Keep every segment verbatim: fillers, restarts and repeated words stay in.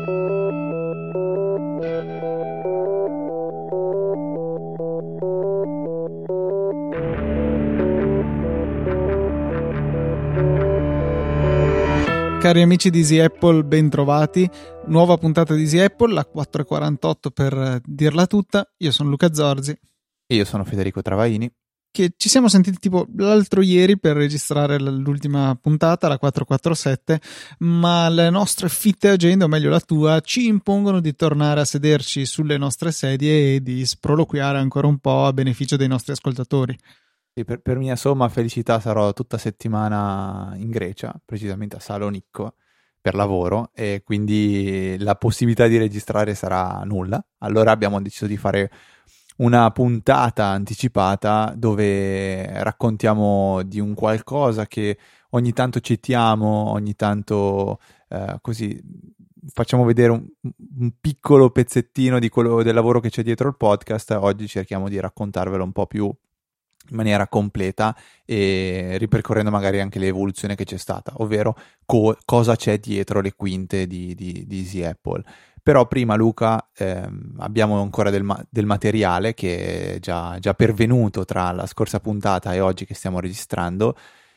Cari amici di Easy Apple, ben trovati. Nuova puntata di Easy Apple, la quattro e quarantotto per dirla tutta. Io sono Luca Zorzi. E io sono Federico Travaini. Che ci siamo sentiti tipo l'altro ieri per registrare l'ultima puntata, la quattro quarantasette, ma le nostre fitte agende, o meglio la tua, ci impongono di tornare a sederci sulle nostre sedie e di sproloquiare ancora un po' a beneficio dei nostri ascoltatori. Sì, per, per mia somma felicità sarò tutta settimana in Grecia, precisamente a Salonicco, per lavoro, e quindi la possibilità di registrare sarà nulla. Allora abbiamo deciso di fare una puntata anticipata dove raccontiamo di un qualcosa che ogni tanto citiamo, ogni tanto eh, così facciamo vedere un, un piccolo pezzettino di quello del lavoro che c'è dietro il podcast. Oggi cerchiamo di raccontarvelo un po' più in maniera completa e ripercorrendo magari anche l'evoluzione che c'è stata, ovvero co- cosa c'è dietro le quinte di, di, di Easy Apple. Però prima, Luca, ehm, abbiamo ancora del, ma- del materiale che è già, già pervenuto tra la scorsa puntata e oggi che stiamo registrando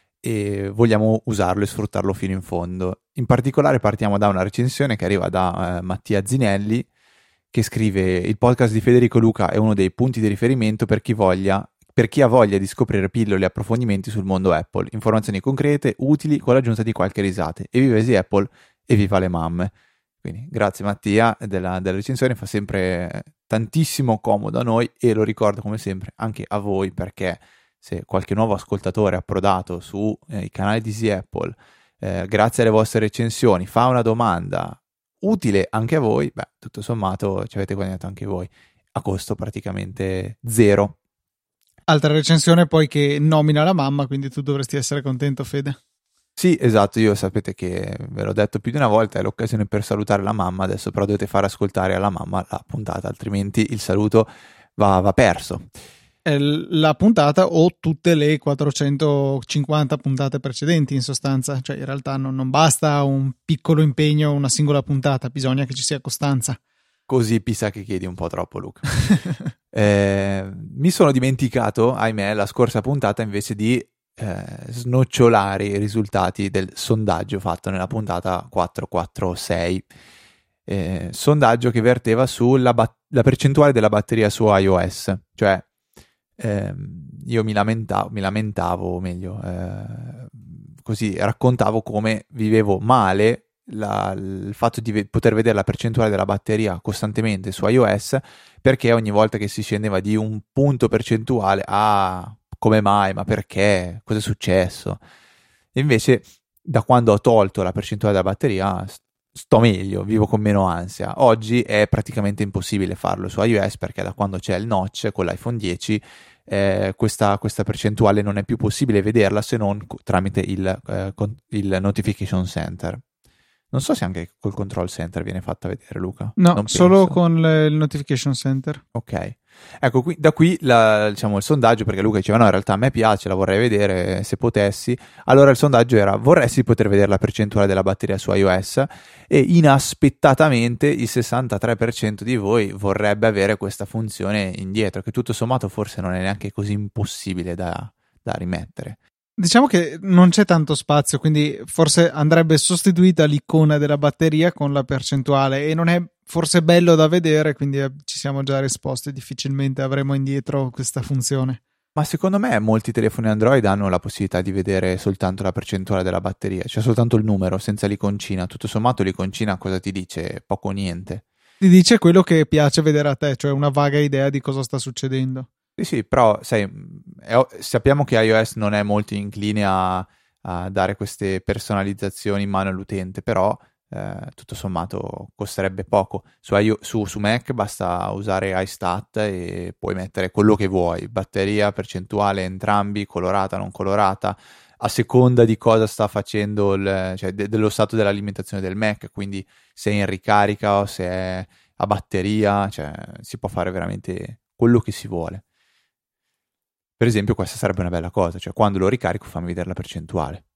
e vogliamo usarlo e sfruttarlo fino in fondo. In particolare partiamo da una recensione che arriva da eh, Mattia Zinelli, che scrive: il podcast di Federico Luca è uno dei punti di riferimento per chi voglia per chi ha voglia di scoprire pillole e approfondimenti sul mondo Apple, informazioni concrete, utili, con l'aggiunta di qualche risate. E viva Easy Apple e viva le mamme. Quindi grazie Mattia della, della recensione, fa sempre tantissimo comodo a noi e lo ricordo come sempre anche a voi, perché se qualche nuovo ascoltatore approdato sui eh, canali di Easy Apple, eh, grazie alle vostre recensioni, fa una domanda utile anche a voi, beh, tutto sommato ci avete guadagnato anche voi, a costo praticamente zero. Altra recensione poi che nomina la mamma, quindi tu dovresti essere contento, Fede. Sì, esatto, io sapete che ve l'ho detto più di una volta, è l'occasione per salutare la mamma, adesso però dovete far ascoltare alla mamma la puntata, altrimenti il saluto va, va perso. È la puntata o tutte le quattrocentocinquanta puntate precedenti, in sostanza, cioè in realtà non, non basta un piccolo impegno, una singola puntata, bisogna che ci sia costanza. Così pisa che chiedi un po' troppo, Luca. eh, mi sono dimenticato, ahimè, la scorsa puntata invece di eh, snocciolare i risultati del sondaggio fatto nella puntata quattro quarantasei. Eh, sondaggio che verteva sulla bat- la percentuale della batteria su iOS. Cioè, eh, io mi lamentavo, mi lamentavo, o meglio, eh, così raccontavo come vivevo male La, il fatto di ve- poter vedere la percentuale della batteria costantemente su iOS, perché ogni volta che si scendeva di un punto percentuale, ah, come mai, ma perché, cosa è successo? E invece da quando ho tolto la percentuale della batteria sto meglio, vivo con meno ansia. Oggi è praticamente impossibile farlo su iOS, perché da quando c'è il notch con l'iPhone dieci eh, questa, questa percentuale non è più possibile vederla se non tramite il, eh, con, il Notification Center. Non so se anche col Control Center viene fatta vedere, Luca. No, non solo penso. con le, il Notification Center. Ok. Ecco, qui, da qui la, diciamo, il sondaggio, perché Luca diceva no, in realtà a me piace, la vorrei vedere se potessi. Allora il sondaggio era: vorresti poter vedere la percentuale della batteria su iOS? E inaspettatamente il sessantatré per cento di voi vorrebbe avere questa funzione indietro, che tutto sommato forse non è neanche così impossibile da, da rimettere. Diciamo che non c'è tanto spazio, quindi forse andrebbe sostituita l'icona della batteria con la percentuale, e non è forse bello da vedere, quindi ci siamo già risposti, difficilmente avremo indietro questa funzione. Ma secondo me molti telefoni Android hanno la possibilità di vedere soltanto la percentuale della batteria, cioè soltanto il numero, senza l'iconcina. Tutto sommato l'iconcina cosa ti dice? Poco o niente. Ti dice quello che piace vedere a te, cioè una vaga idea di cosa sta succedendo. Sì, sì, però sai, è, sappiamo che iOS non è molto incline a, a dare queste personalizzazioni in mano all'utente, però eh, tutto sommato costerebbe poco. Su, iO, su, su Mac basta usare iStat e puoi mettere quello che vuoi, batteria, percentuale, entrambi, colorata, non colorata, a seconda di cosa sta facendo, il, cioè de, dello stato dell'alimentazione del Mac, quindi se è in ricarica o se è a batteria, cioè si può fare veramente quello che si vuole. Per esempio questa sarebbe una bella cosa, cioè quando lo ricarico fammi vedere la percentuale.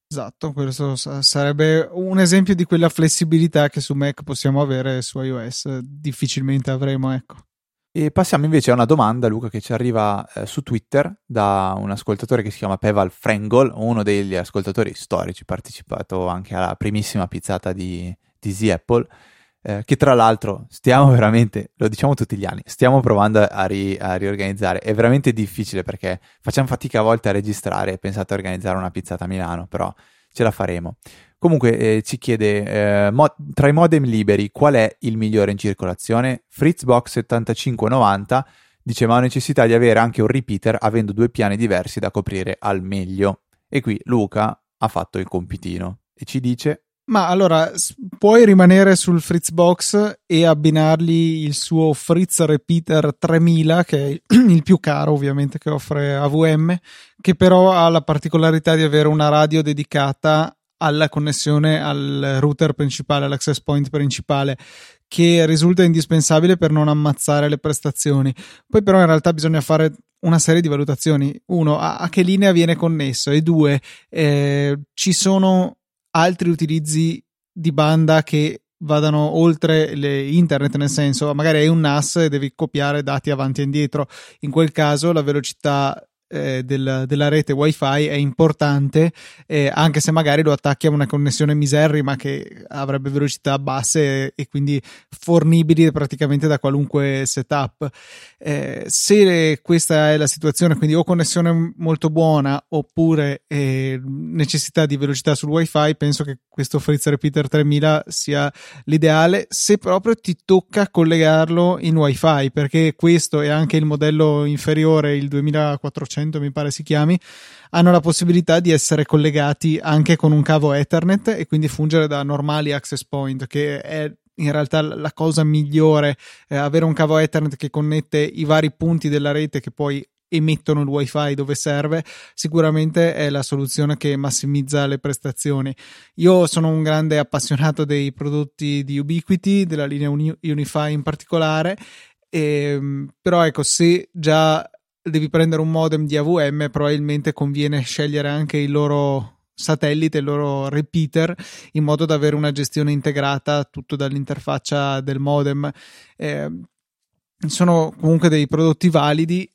Esatto, questo sarebbe un esempio di quella flessibilità che su Mac possiamo avere, su iOS difficilmente avremo, ecco. E passiamo invece a una domanda, Luca, che ci arriva eh, su Twitter da un ascoltatore che si chiama Peval Frengol, uno degli ascoltatori storici, partecipato anche alla primissima pizzata di, di Easy Apple, eh, che tra l'altro stiamo veramente, lo diciamo tutti gli anni, stiamo provando a, ri, a riorganizzare. È veramente difficile perché facciamo fatica a volte a registrare, pensate a organizzare una pizzata a Milano, però ce la faremo. Comunque eh, ci chiede, eh, mo- tra i modem liberi qual è il migliore in circolazione? Fritzbox settantacinque novanta dice ma ho necessità di avere anche un repeater avendo due piani diversi da coprire al meglio. E qui Luca ha fatto il compitino e ci dice... Ma allora, puoi rimanere sul Fritzbox e abbinargli il suo Fritz Repeater tremila, che è il più caro ovviamente che offre A V M, che però ha la particolarità di avere una radio dedicata alla connessione al router principale, all'access point principale, che risulta indispensabile per non ammazzare le prestazioni. Poi però in realtà bisogna fare una serie di valutazioni. Uno, a, a che linea viene connesso, e due, eh, ci sono altri utilizzi di banda che vadano oltre le internet, nel senso magari hai un N A S e devi copiare dati avanti e indietro. In quel caso la velocità eh, del, della rete wifi è importante, eh, anche se magari lo attacchi a una connessione miserrima che avrebbe velocità basse e, e quindi fornibili praticamente da qualunque setup. Eh, se questa è la situazione, quindi o connessione molto buona oppure eh, necessità di velocità sul wifi, penso che questo Fritz Repeater tremila sia l'ideale, se proprio ti tocca collegarlo in wifi, perché questo e anche il modello inferiore, il duemilaquattrocento mi pare si chiami, hanno la possibilità di essere collegati anche con un cavo Ethernet e quindi fungere da normali access point, che è in realtà la cosa migliore. Eh, avere un cavo Ethernet che connette i vari punti della rete che poi emettono il wifi dove serve sicuramente è la soluzione che massimizza le prestazioni. Io sono un grande appassionato dei prodotti di Ubiquiti, della linea Uni- Unify in particolare, e, però ecco, se già devi prendere un modem di A V M probabilmente conviene scegliere anche il loro satellite, il loro repeater, in modo da avere una gestione integrata tutto dall'interfaccia del modem. Eh, sono comunque dei prodotti validi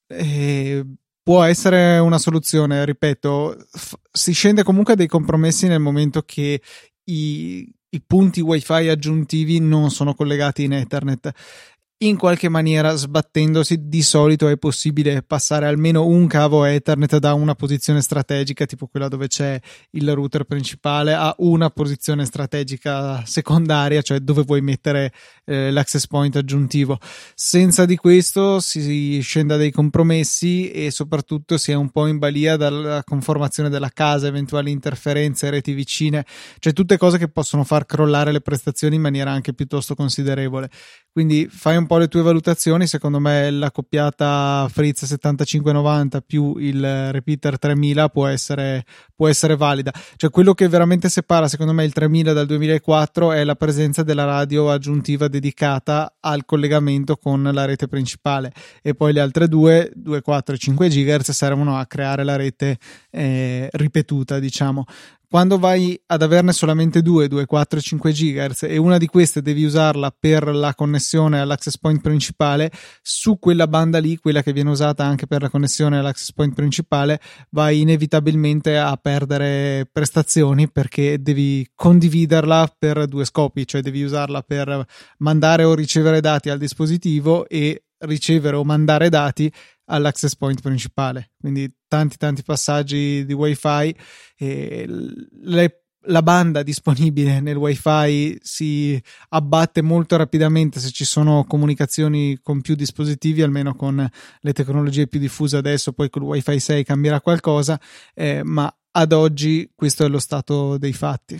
e può essere una soluzione, ripeto, f- si scende comunque a dei compromessi nel momento che i, i punti wifi aggiuntivi non sono collegati in Ethernet. In qualche maniera, sbattendosi, di solito è possibile passare almeno un cavo Ethernet da una posizione strategica, tipo quella dove c'è il router principale, a una posizione strategica secondaria, cioè dove vuoi mettere eh, l'access point aggiuntivo. Senza di questo si scende a dei compromessi e soprattutto si è un po' in balia dalla conformazione della casa, eventuali interferenze, reti vicine, cioè tutte cose che possono far crollare le prestazioni in maniera anche piuttosto considerevole. Quindi fai un po' le tue valutazioni. Secondo me la coppiata Fritz settantacinque novanta più il repeater tremila può essere, può essere valida. Cioè quello che veramente separa secondo me il tremila dal duemilaquattro è la presenza della radio aggiuntiva dedicata al collegamento con la rete principale, e poi le altre due, due, quattro e cinque gigahertz, servono a creare la rete eh, ripetuta, diciamo. Quando vai ad averne solamente due, due, quattro e cinque gigahertz, e una di queste devi usarla per la connessione all'access point principale, su quella banda lì, quella che viene usata anche per la connessione all'access point principale, vai inevitabilmente a perdere prestazioni, perché devi condividerla per due scopi, cioè devi usarla per mandare o ricevere dati al dispositivo e ricevere o mandare dati all'access point principale, quindi tanti tanti passaggi di wifi. E le, la banda disponibile nel wifi si abbatte molto rapidamente se ci sono comunicazioni con più dispositivi, almeno con le tecnologie più diffuse adesso. Poi con il wifi sei cambierà qualcosa, eh, ma ad oggi questo è lo stato dei fatti.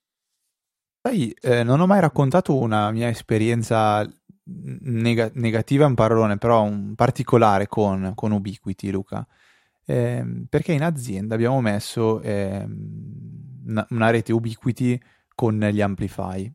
Sai, eh, non ho mai raccontato una mia esperienza neg- negativa, un parolone, però un particolare con, con Ubiquiti, Luca. Eh, perché in azienda abbiamo messo eh, una, una rete Ubiquiti con gli Amplify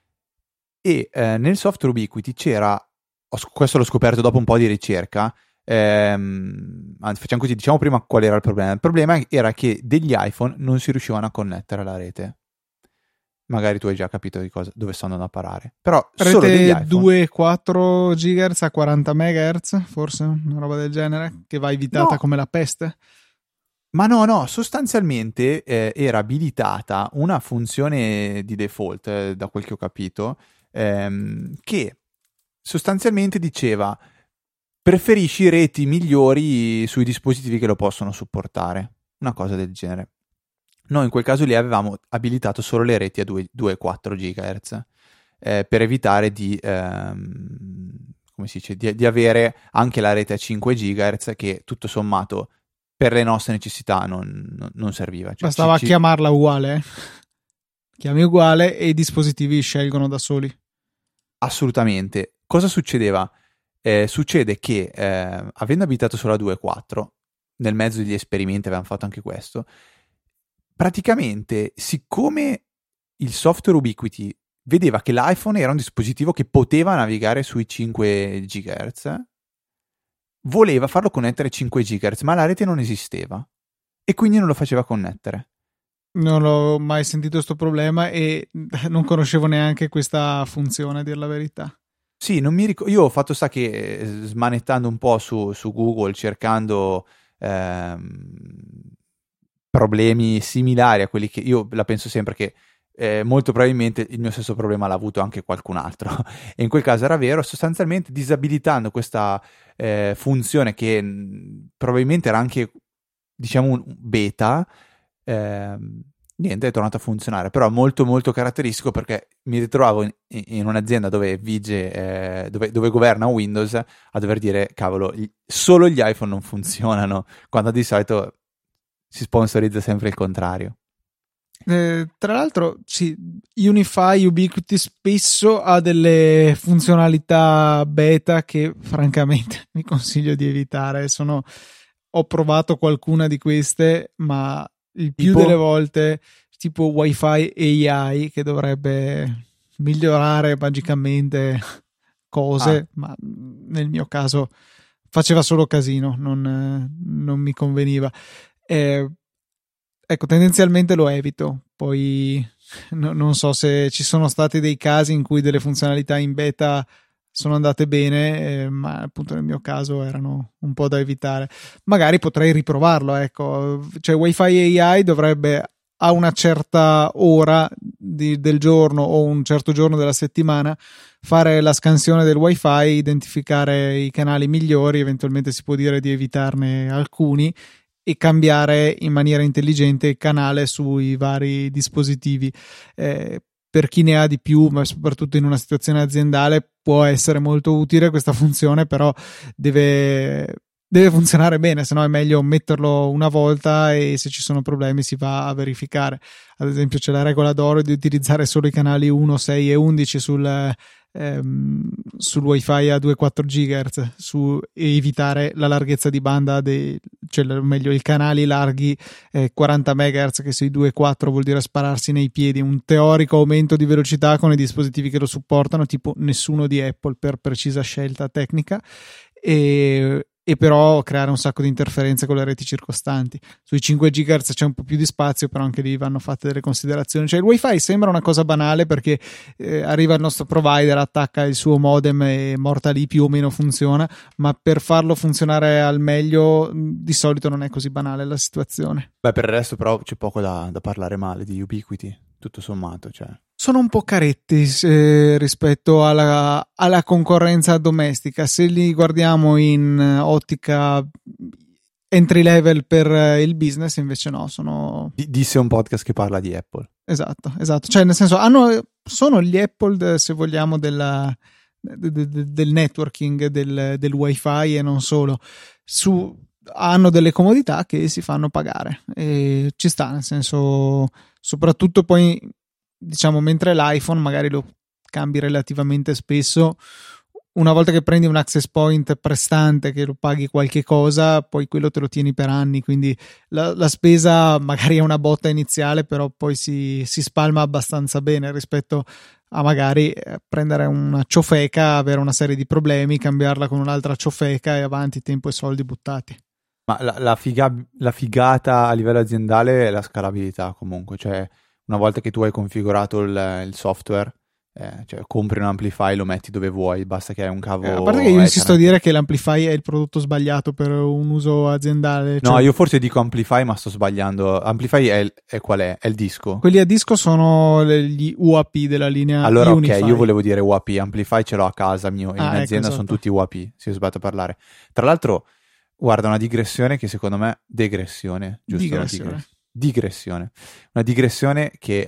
e eh, nel software Ubiquiti c'era, ho, questo l'ho scoperto dopo un po' di ricerca, ehm, anzi facciamo così, diciamo prima qual era il problema. Il problema era che degli iPhone non si riuscivano a connettere alla rete. Magari tu hai già capito di cosa, dove sto andando a parare. Però rete solo degli iPhone. due virgola quattro gigahertz a quaranta megahertz, forse una roba del genere, che va evitata No. come la peste. Ma no, no, sostanzialmente eh, era abilitata una funzione di default, eh, da quel che ho capito, ehm, che sostanzialmente diceva preferisci reti migliori sui dispositivi che lo possono supportare, una cosa del genere. Noi in quel caso lì avevamo abilitato solo le reti a due virgola quattro gigahertz, eh, per evitare di, ehm, come si dice, di, di avere anche la rete a cinque gigahertz che tutto sommato per le nostre necessità non, non, non serviva. Cioè, Bastava ci, chiamarla uguale, eh? Chiami uguale e i dispositivi scelgono da soli. Assolutamente. Cosa succedeva? Eh, succede che eh, avendo abilitato solo a due virgola quattro, nel mezzo degli esperimenti avevamo fatto anche questo, praticamente siccome il software Ubiquiti vedeva che l'iPhone era un dispositivo che poteva navigare sui cinque gigahertz, voleva farlo connettere cinque gigahertz, ma la rete non esisteva e quindi non lo faceva connettere. Non l'ho mai sentito questo problema e non conoscevo neanche questa funzione, a dir la verità. Sì, non mi ricordo. Io ho fatto sta che smanettando un po' su, su Google, cercando ehm, problemi similari a quelli che io la penso sempre che eh, molto probabilmente il mio stesso problema l'ha avuto anche qualcun altro e in quel caso era vero. Sostanzialmente disabilitando questa eh, funzione che mh, probabilmente era anche, diciamo, un beta, eh, niente, è tornato a funzionare, però molto molto caratteristico perché mi ritrovavo in, in un'azienda dove vige eh, dove, dove governa Windows a dover dire cavolo, gli, solo gli iPhone non funzionano, quando di solito si sponsorizza sempre il contrario. Eh, tra l'altro, sì, Unify Ubiquiti spesso ha delle funzionalità beta che francamente mi consiglio di evitare. Sono, ho provato qualcuna di queste, ma il più Tipo? delle volte tipo Wi-Fi A I che dovrebbe migliorare magicamente cose, Ah. ma nel mio caso faceva solo casino, non, non mi conveniva. Eh, ecco, tendenzialmente lo evito. Poi no, non so se ci sono stati dei casi in cui delle funzionalità in beta sono andate bene, eh, ma appunto nel mio caso erano un po' da evitare. Magari potrei riprovarlo, ecco. Cioè Wi-Fi A I dovrebbe a una certa ora di, del giorno o un certo giorno della settimana fare la scansione del Wi-Fi, identificare i canali migliori, eventualmente si può dire di evitarne alcuni e cambiare in maniera intelligente il canale sui vari dispositivi. Eh, per chi ne ha di più, ma soprattutto in una situazione aziendale, può essere molto utile questa funzione, però deve, deve funzionare bene, se no è meglio metterlo una volta e se ci sono problemi si va a verificare. Ad esempio c'è la regola d'oro di utilizzare solo i canali uno, sei e undici sul Ehm, sul Wi-Fi a due virgola quattro gigahertz su, e evitare la larghezza di banda dei, cioè meglio i canali larghi eh, quaranta megahertz, che sui due virgola quattro vuol dire spararsi nei piedi, un teorico aumento di velocità con i dispositivi che lo supportano, tipo nessuno di Apple per precisa scelta tecnica, e e però creare un sacco di interferenze con le reti circostanti. Sui cinque gigahertz c'è un po' più di spazio, però anche lì vanno fatte delle considerazioni. Cioè il Wi-Fi sembra una cosa banale perché eh, arriva il nostro provider, attacca il suo modem e morta lì, più o meno funziona, ma per farlo funzionare al meglio di solito non è così banale la situazione. Beh, per il resto però c'è poco da, da parlare male di Ubiquiti, tutto sommato, cioè. Sono un po' caretti eh, rispetto alla, alla concorrenza domestica. Se li guardiamo in ottica entry level per il business, invece no, sono... D- disse un podcast che parla di Apple. Esatto, esatto. Cioè nel senso, hanno, sono gli Apple, se vogliamo, della, de, de, de, del networking, del, del wifi e non solo. Su, hanno delle comodità che si fanno pagare e ci sta, nel senso, soprattutto poi... diciamo, mentre l'iPhone magari lo cambi relativamente spesso, una volta che prendi un access point prestante che lo paghi qualche cosa, poi quello te lo tieni per anni, quindi la, la spesa magari è una botta iniziale, però poi si, si spalma abbastanza bene rispetto a magari prendere una ciofeca, avere una serie di problemi, cambiarla con un'altra ciofeca e avanti, tempo e soldi buttati. Ma la, la, figa, la figata a livello aziendale è la scalabilità comunque, cioè una volta che tu hai configurato il, il software, eh, cioè compri un Amplify, lo metti dove vuoi, basta che hai un cavo. Eh, a parte che io insisto a dire che l'Amplify è il prodotto sbagliato per un uso aziendale. Cioè... No, io forse dico Amplify, ma sto sbagliando. Amplify è, il, è qual è? È il disco? Quelli a disco sono gli U A P della linea allora, Unify. Ok, io volevo dire U A P, Amplify ce l'ho a casa mio, in ah, azienda ecco, esatto. sono tutti U A P, si è sbagliato a parlare. Tra l'altro, guarda, una digressione che secondo me... Degressione, giusto? Digressione. Digre... digressione. Una digressione che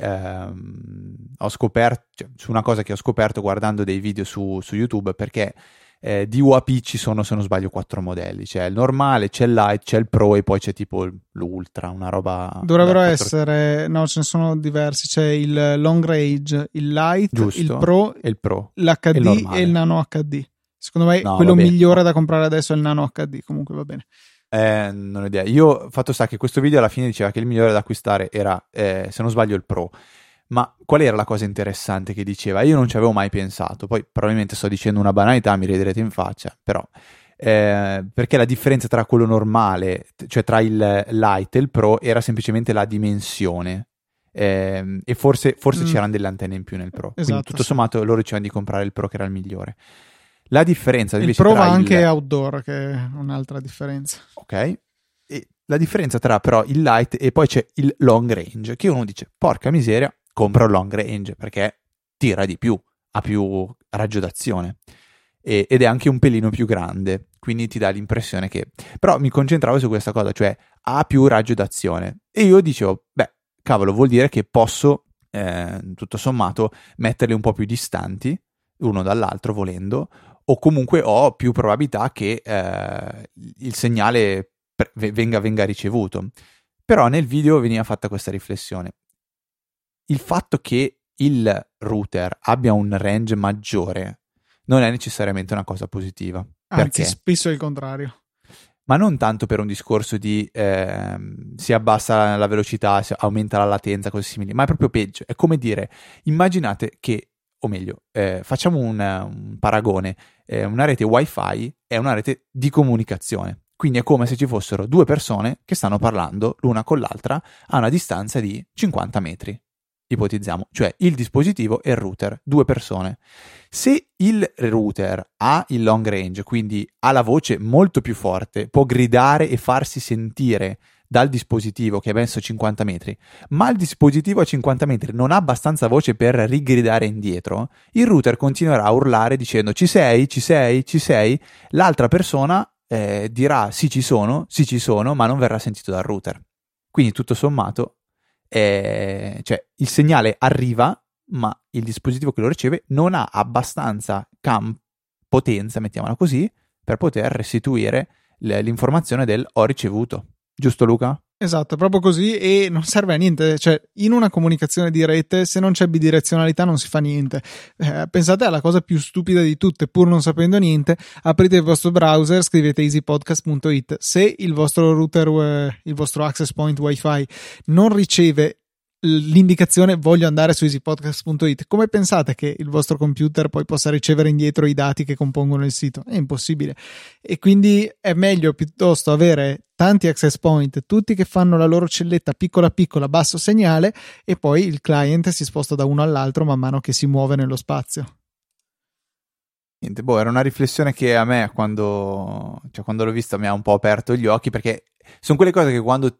ehm, ho scoperto, cioè, su una cosa che ho scoperto guardando dei video su, su YouTube, perché eh, di U A P ci sono, se non sbaglio, quattro modelli. C'è il normale, c'è il light, c'è il pro e poi c'è tipo l'ultra, una roba... Dovrebbero da essere... No, ce ne sono diversi. C'è il long range, il light, giusto, il pro, il pro l'H D e il, e il nano H D. Secondo me no, quello vabbè. migliore da comprare adesso è il nano H D, comunque va bene. Eh, non ho idea. Io, fatto sta che questo video alla fine diceva che il migliore da acquistare era, eh, se non sbaglio, il Pro. Ma qual era la cosa interessante che diceva? Io non ci avevo mai pensato. Poi probabilmente sto dicendo una banalità, mi riderete in faccia, però... Eh, perché la differenza tra quello normale, cioè tra il Lite e il Pro, era semplicemente la dimensione. Eh, e forse, forse mm. c'erano delle antenne in più nel Pro. Esatto, quindi tutto sì. sommato loro dicevano di comprare il Pro, che era il migliore. La differenza il invece Pro tra va anche il... outdoor, che è un'altra differenza. Ok. E la differenza tra però il light e poi c'è il long range, che uno dice porca miseria, compra un long range perché tira di più, ha più raggio d'azione e, ed è anche un pelino più grande, quindi ti dà l'impressione che... Però mi concentravo su questa cosa, cioè ha più raggio d'azione e io dicevo beh cavolo, vuol dire che posso eh, tutto sommato metterli un po' più distanti uno dall'altro volendo, o comunque ho più probabilità che eh, il segnale pre- venga, venga ricevuto. Però nel video veniva fatta questa riflessione. Il fatto che il router abbia un range maggiore non è necessariamente una cosa positiva. Anzi, Perché? spesso è il contrario. Ma non tanto per un discorso di eh, si abbassa la velocità, si aumenta la latenza, cose simili, ma è proprio peggio. È come dire, immaginate che, o meglio, eh, facciamo un, un paragone, eh, una rete wifi è una rete di comunicazione, quindi è come se ci fossero due persone che stanno parlando l'una con l'altra a una distanza di cinquanta metri, ipotizziamo, cioè il dispositivo e il router, due persone. Se il router ha il long range, quindi ha la voce molto più forte, può gridare e farsi sentire dal dispositivo che è messo a cinquanta metri, ma il dispositivo a cinquanta metri non ha abbastanza voce per rigridare indietro, il router continuerà a urlare dicendo ci sei, ci sei, ci sei, l'altra persona eh, dirà sì ci sono, sì ci sono, ma non verrà sentito dal router. Quindi tutto sommato eh, cioè il segnale arriva, ma il dispositivo che lo riceve non ha abbastanza cam- potenza, mettiamola così, per poter restituire l- l'informazione del ho ricevuto. Giusto Luca? Esatto, proprio così, e non serve a niente, cioè in una comunicazione di rete se non c'è bidirezionalità non si fa niente. Eh, pensate alla cosa più stupida di tutte, pur non sapendo niente, aprite il vostro browser, scrivete easypodcast punto it, se il vostro router, eh, il vostro access point wifi non riceve l'indicazione voglio andare su easypodcast punto it, come pensate che il vostro computer poi possa ricevere indietro i dati che compongono il sito? È impossibile, e quindi è meglio piuttosto avere tanti access point, tutti che fanno la loro celletta piccola piccola, basso segnale, e poi il client si sposta da uno all'altro man mano che si muove nello spazio. Niente, boh, era una riflessione che a me quando, cioè, quando l'ho vista mi ha un po' aperto gli occhi, perché sono quelle cose che quando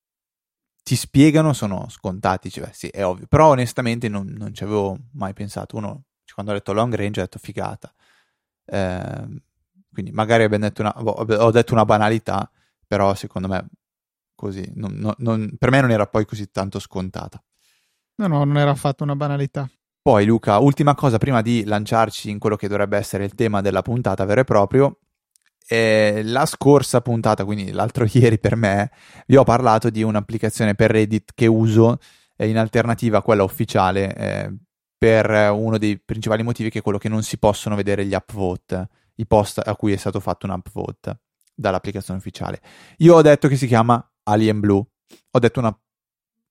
ti spiegano sono scontati, cioè sì, è ovvio, però onestamente non, non ci avevo mai pensato. Uno, cioè, quando ho detto long range ho detto figata, eh, quindi magari abbiamo detto una, ho detto una banalità, però secondo me così non, non, non, per me non era poi così tanto scontata. No, no, non era affatto una banalità. Poi Luca, ultima cosa prima di lanciarci in quello che dovrebbe essere il tema della puntata vero e proprio. Eh, la scorsa puntata, quindi l'altro ieri per me, vi ho parlato di un'applicazione per Reddit che uso eh, in alternativa a quella ufficiale eh, per uno dei principali motivi, che è quello che non si possono vedere gli upvote, i post a cui è stato fatto un upvote dall'applicazione ufficiale. Io ho detto che si chiama Alien Blue, ho detto una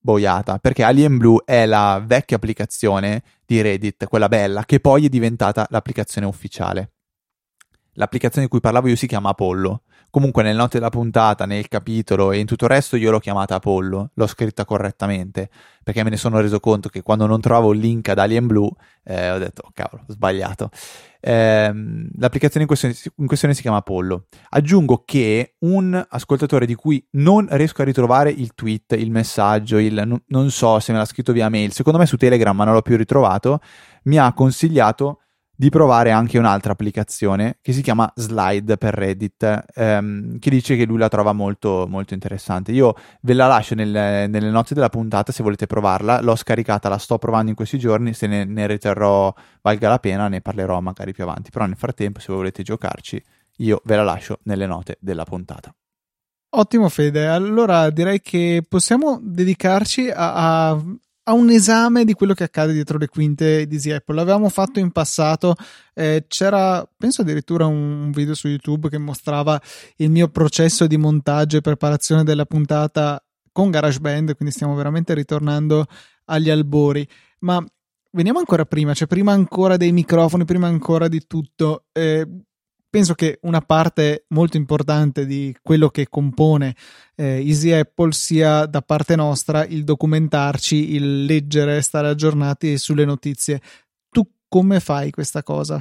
boiata, perché Alien Blue è la vecchia applicazione di Reddit, quella bella, che poi è diventata l'applicazione ufficiale. L'applicazione di cui parlavo io si chiama Apollo. Comunque nelle note della puntata, nel capitolo e in tutto il resto io l'ho chiamata Apollo, l'ho scritta correttamente, perché me ne sono reso conto che quando non trovavo il link ad Alien Blue eh, ho detto, oh, cavolo, ho sbagliato. Eh, l'applicazione in questione, in questione si chiama Apollo. Aggiungo che un ascoltatore di cui non riesco a ritrovare il tweet, il messaggio, il, non, non so se me l'ha scritto via mail, secondo me su Telegram ma non l'ho più ritrovato, mi ha consigliato di provare anche un'altra applicazione che si chiama Slide per Reddit, ehm, che dice che lui la trova molto, molto interessante. Io ve la lascio nelle, nelle note della puntata se volete provarla, l'ho scaricata, la sto provando in questi giorni, se ne, ne riterrò valga la pena ne parlerò magari più avanti, però nel frattempo se volete giocarci io ve la lascio nelle note della puntata. Ottimo Fede, allora direi che possiamo dedicarci a... a... a un esame di quello che accade dietro le quinte di Easy Apple. L'avevamo fatto in passato, eh, c'era penso addirittura un video su YouTube che mostrava il mio processo di montaggio e preparazione della puntata con GarageBand, quindi stiamo veramente ritornando agli albori. Ma veniamo ancora prima, cioè prima ancora dei microfoni, prima ancora di tutto. Eh, penso che una parte molto importante di quello che compone eh, Easy Apple sia da parte nostra il documentarci, il leggere, stare aggiornati sulle notizie. Tu come fai questa cosa?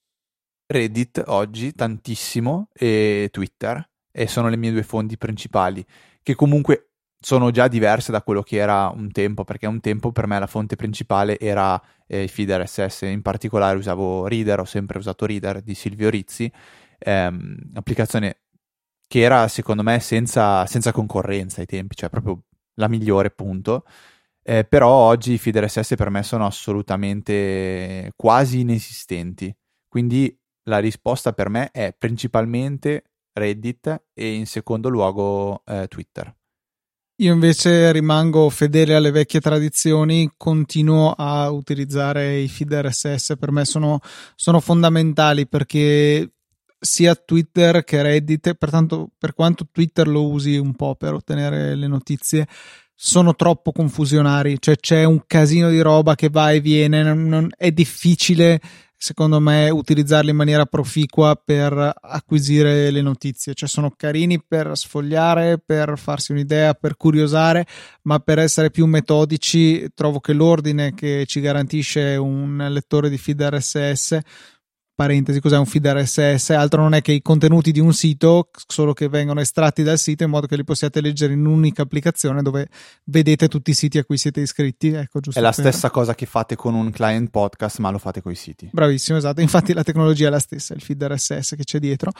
Reddit oggi tantissimo e Twitter, e sono le mie due fonti principali, che comunque sono già diverse da quello che era un tempo, perché un tempo per me la fonte principale era eh, il feed R S S, in particolare usavo Reader, ho sempre usato Reader di Silvio Rizzi, ehm, applicazione che era secondo me senza, senza concorrenza ai tempi, cioè proprio la migliore, punto. Eh, però oggi i feed R S S per me sono assolutamente quasi inesistenti, quindi la risposta per me è principalmente Reddit e in secondo luogo eh, Twitter. Io invece rimango fedele alle vecchie tradizioni, continuo a utilizzare i feed R S S, per me sono, sono fondamentali perché sia Twitter che Reddit, pertanto per quanto Twitter lo usi un po' per ottenere le notizie, sono troppo confusionari, cioè c'è un casino di roba che va e viene, non, non, è difficile secondo me utilizzarli in maniera proficua per acquisire le notizie, cioè sono carini per sfogliare, per farsi un'idea, per curiosare, ma per essere più metodici trovo che l'ordine che ci garantisce un lettore di feed R S S, parentesi, cos'è un feed R S S? Altro non è che i contenuti di un sito, solo che vengono estratti dal sito in modo che li possiate leggere in un'unica applicazione dove vedete tutti i siti a cui siete iscritti. Ecco, giusto, è la per... stessa cosa che fate con un client podcast, ma lo fate con i siti. Bravissimo, esatto. Infatti la tecnologia è la stessa, il feed R S S che c'è dietro.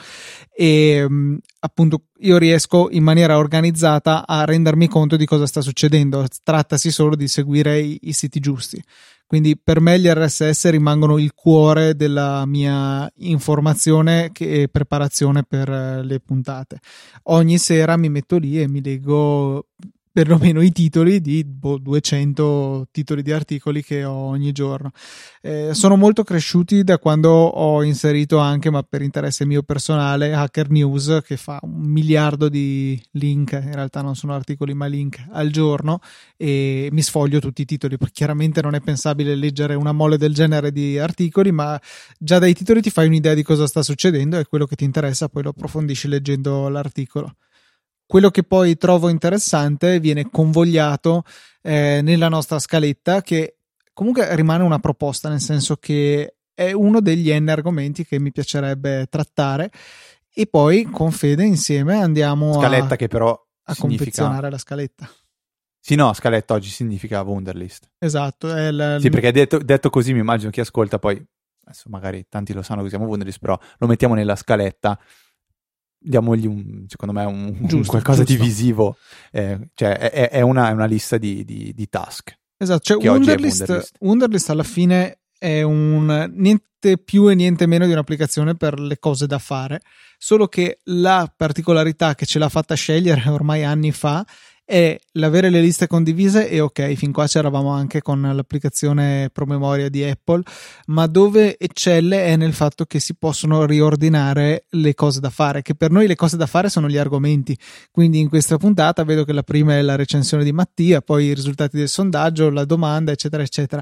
E appunto io riesco in maniera organizzata a rendermi conto di cosa sta succedendo. Trattasi solo di seguire i, i siti giusti. Quindi per me gli R S S rimangono il cuore della mia informazione e preparazione per le puntate. Ogni sera mi metto lì e mi leggo perlomeno i titoli di boh, duecento titoli di articoli che ho ogni giorno. Eh, sono molto cresciuti da quando ho inserito anche, ma per interesse mio personale, Hacker News, che fa un miliardo di link, in realtà non sono articoli ma link al giorno, e mi sfoglio tutti i titoli, perché chiaramente non è pensabile leggere una mole del genere di articoli, ma già dai titoli ti fai un'idea di cosa sta succedendo e quello che ti interessa poi lo approfondisci leggendo l'articolo. Quello che poi trovo interessante viene convogliato eh, nella nostra scaletta, che comunque rimane una proposta, nel senso che è uno degli N argomenti che mi piacerebbe trattare, e poi con Fede insieme andiamo scaletta a, che però a significa... confezionare la scaletta. Sì, no, scaletta oggi significa Wunderlist. Esatto. È il... Sì, perché detto, detto così mi immagino chi ascolta poi, adesso magari tanti lo sanno che siamo Wunderlist, però lo mettiamo nella scaletta, diamogli un, secondo me un, giusto, un qualcosa giusto. Di visivo, eh, cioè è, è, una, è una lista di, di, di task. Esatto, cioè Wunderlist, Wunderlist. Wunderlist alla fine è un niente più e niente meno di un'applicazione per le cose da fare, solo che la particolarità che ce l'ha fatta scegliere ormai anni fa è l'avere le liste condivise, e ok, fin qua c'eravamo anche con l'applicazione promemoria di Apple, ma dove eccelle è nel fatto che si possono riordinare le cose da fare, che per noi le cose da fare sono gli argomenti. Quindi in questa puntata vedo che la prima è la recensione di Mattia, poi i risultati del sondaggio, la domanda, eccetera eccetera.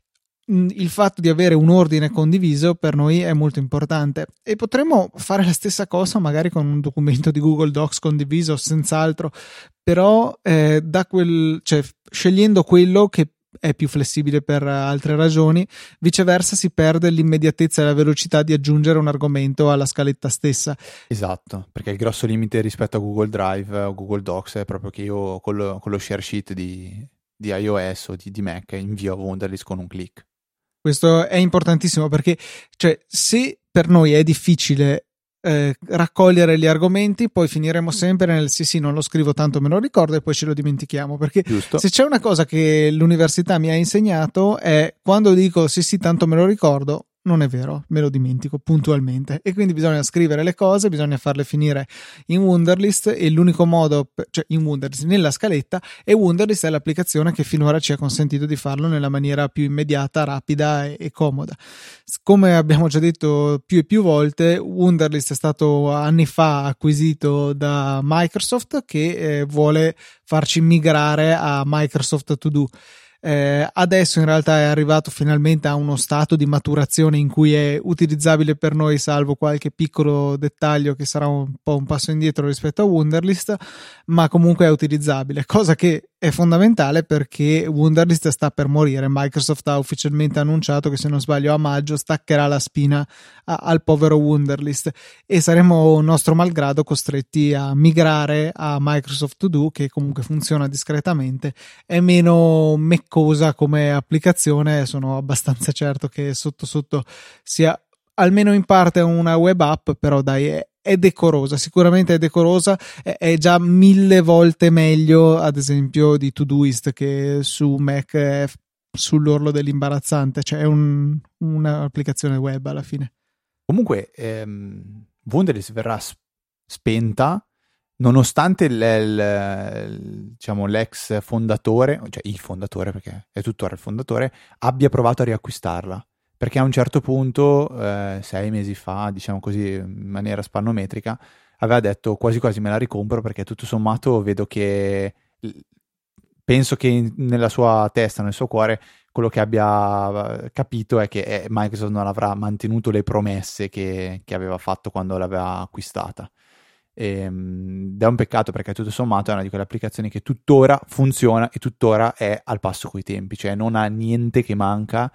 Il fatto di avere un ordine condiviso per noi è molto importante, e potremmo fare la stessa cosa magari con un documento di Google Docs condiviso, senz'altro, però eh, da quel, cioè, scegliendo quello che è più flessibile per altre ragioni, viceversa si perde l'immediatezza e la velocità di aggiungere un argomento alla scaletta stessa. Esatto, perché il grosso limite rispetto a Google Drive o Google Docs è proprio che io con lo, con lo share sheet di, di iOS o di, di Mac invio a Wunderlist con un click. Questo è importantissimo, perché cioè, se per noi è difficile eh, raccogliere gli argomenti, poi finiremo sempre nel sì sì non lo scrivo tanto me lo ricordo e poi ce lo dimentichiamo, perché Giusto. Se c'è una cosa che l'università mi ha insegnato è quando dico sì sì tanto me lo ricordo, non è vero, me lo dimentico puntualmente, e quindi bisogna scrivere le cose, bisogna farle finire in Wunderlist, e l'unico modo, per, cioè in Wunderlist, nella scaletta, e Wunderlist è l'applicazione che finora ci ha consentito di farlo nella maniera più immediata, rapida e, e comoda. Come abbiamo già detto più e più volte, Wunderlist è stato anni fa acquisito da Microsoft, che eh, vuole farci migrare a Microsoft To Do. Eh, adesso in realtà è arrivato finalmente a uno stato di maturazione in cui è utilizzabile per noi, salvo qualche piccolo dettaglio che sarà un po' un passo indietro rispetto a Wunderlist, ma comunque è utilizzabile, cosa che è fondamentale perché Wunderlist sta per morire. Microsoft ha ufficialmente annunciato che, se non sbaglio, a maggio staccherà la spina a, al povero Wunderlist, e saremo nostro malgrado costretti a migrare a Microsoft To Do, che comunque funziona discretamente, è meno meccosa come applicazione. Sono abbastanza certo che sotto sotto sia almeno in parte una web app, però dai, è è decorosa, sicuramente è decorosa, è già mille volte meglio ad esempio di Todoist, che su Mac è sull'orlo dell'imbarazzante, cioè è un, un'applicazione web alla fine. Comunque ehm, Wunderlist verrà spenta nonostante il, il, diciamo, l'ex fondatore, cioè il fondatore, perché è tuttora il fondatore, abbia provato a riacquistarla. Perché a un certo punto, eh, sei mesi fa, diciamo così, in maniera spannometrica, aveva detto quasi quasi me la ricompro, perché tutto sommato vedo che, penso che in, nella sua testa, nel suo cuore, quello che abbia capito è che Microsoft non avrà mantenuto le promesse che, che aveva fatto quando l'aveva acquistata. E, ed è un peccato, perché tutto sommato è una di quelle applicazioni che tuttora funziona e tuttora è al passo coi tempi, cioè non ha niente che manca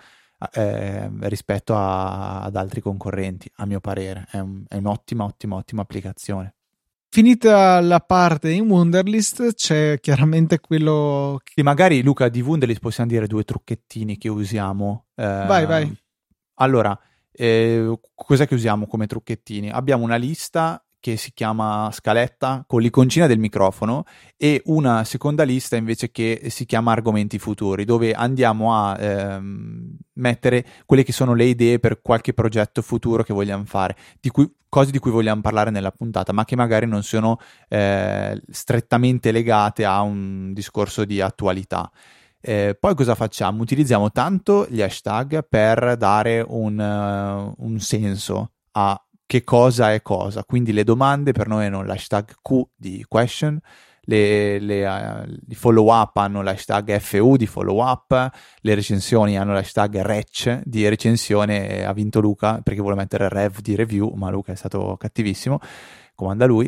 Eh, rispetto a, ad altri concorrenti. A mio parere è, un, è un'ottima ottima ottima applicazione. Finita la parte in Wunderlist, c'è chiaramente quello che... Sì, magari Luca, di Wunderlist possiamo dire due trucchettini che usiamo. Eh, vai vai allora, eh, cos'è che usiamo come trucchettini? Abbiamo una lista che si chiama scaletta con l'iconcina del microfono, e una seconda lista invece che si chiama argomenti futuri, dove andiamo a ehm, mettere quelle che sono le idee per qualche progetto futuro che vogliamo fare, di cui, cose di cui vogliamo parlare nella puntata, ma che magari non sono eh, strettamente legate a un discorso di attualità. Eh, poi cosa facciamo? Utilizziamo tanto gli hashtag per dare un, uh, un senso a che cosa è cosa, quindi le domande per noi hanno l'hashtag Q di question, le, le, uh, i follow up hanno l'hashtag F U di follow up, le recensioni hanno l'hashtag rec di recensione. Ha vinto Luca perché vuole mettere rev di review, ma Luca è stato cattivissimo, comanda lui.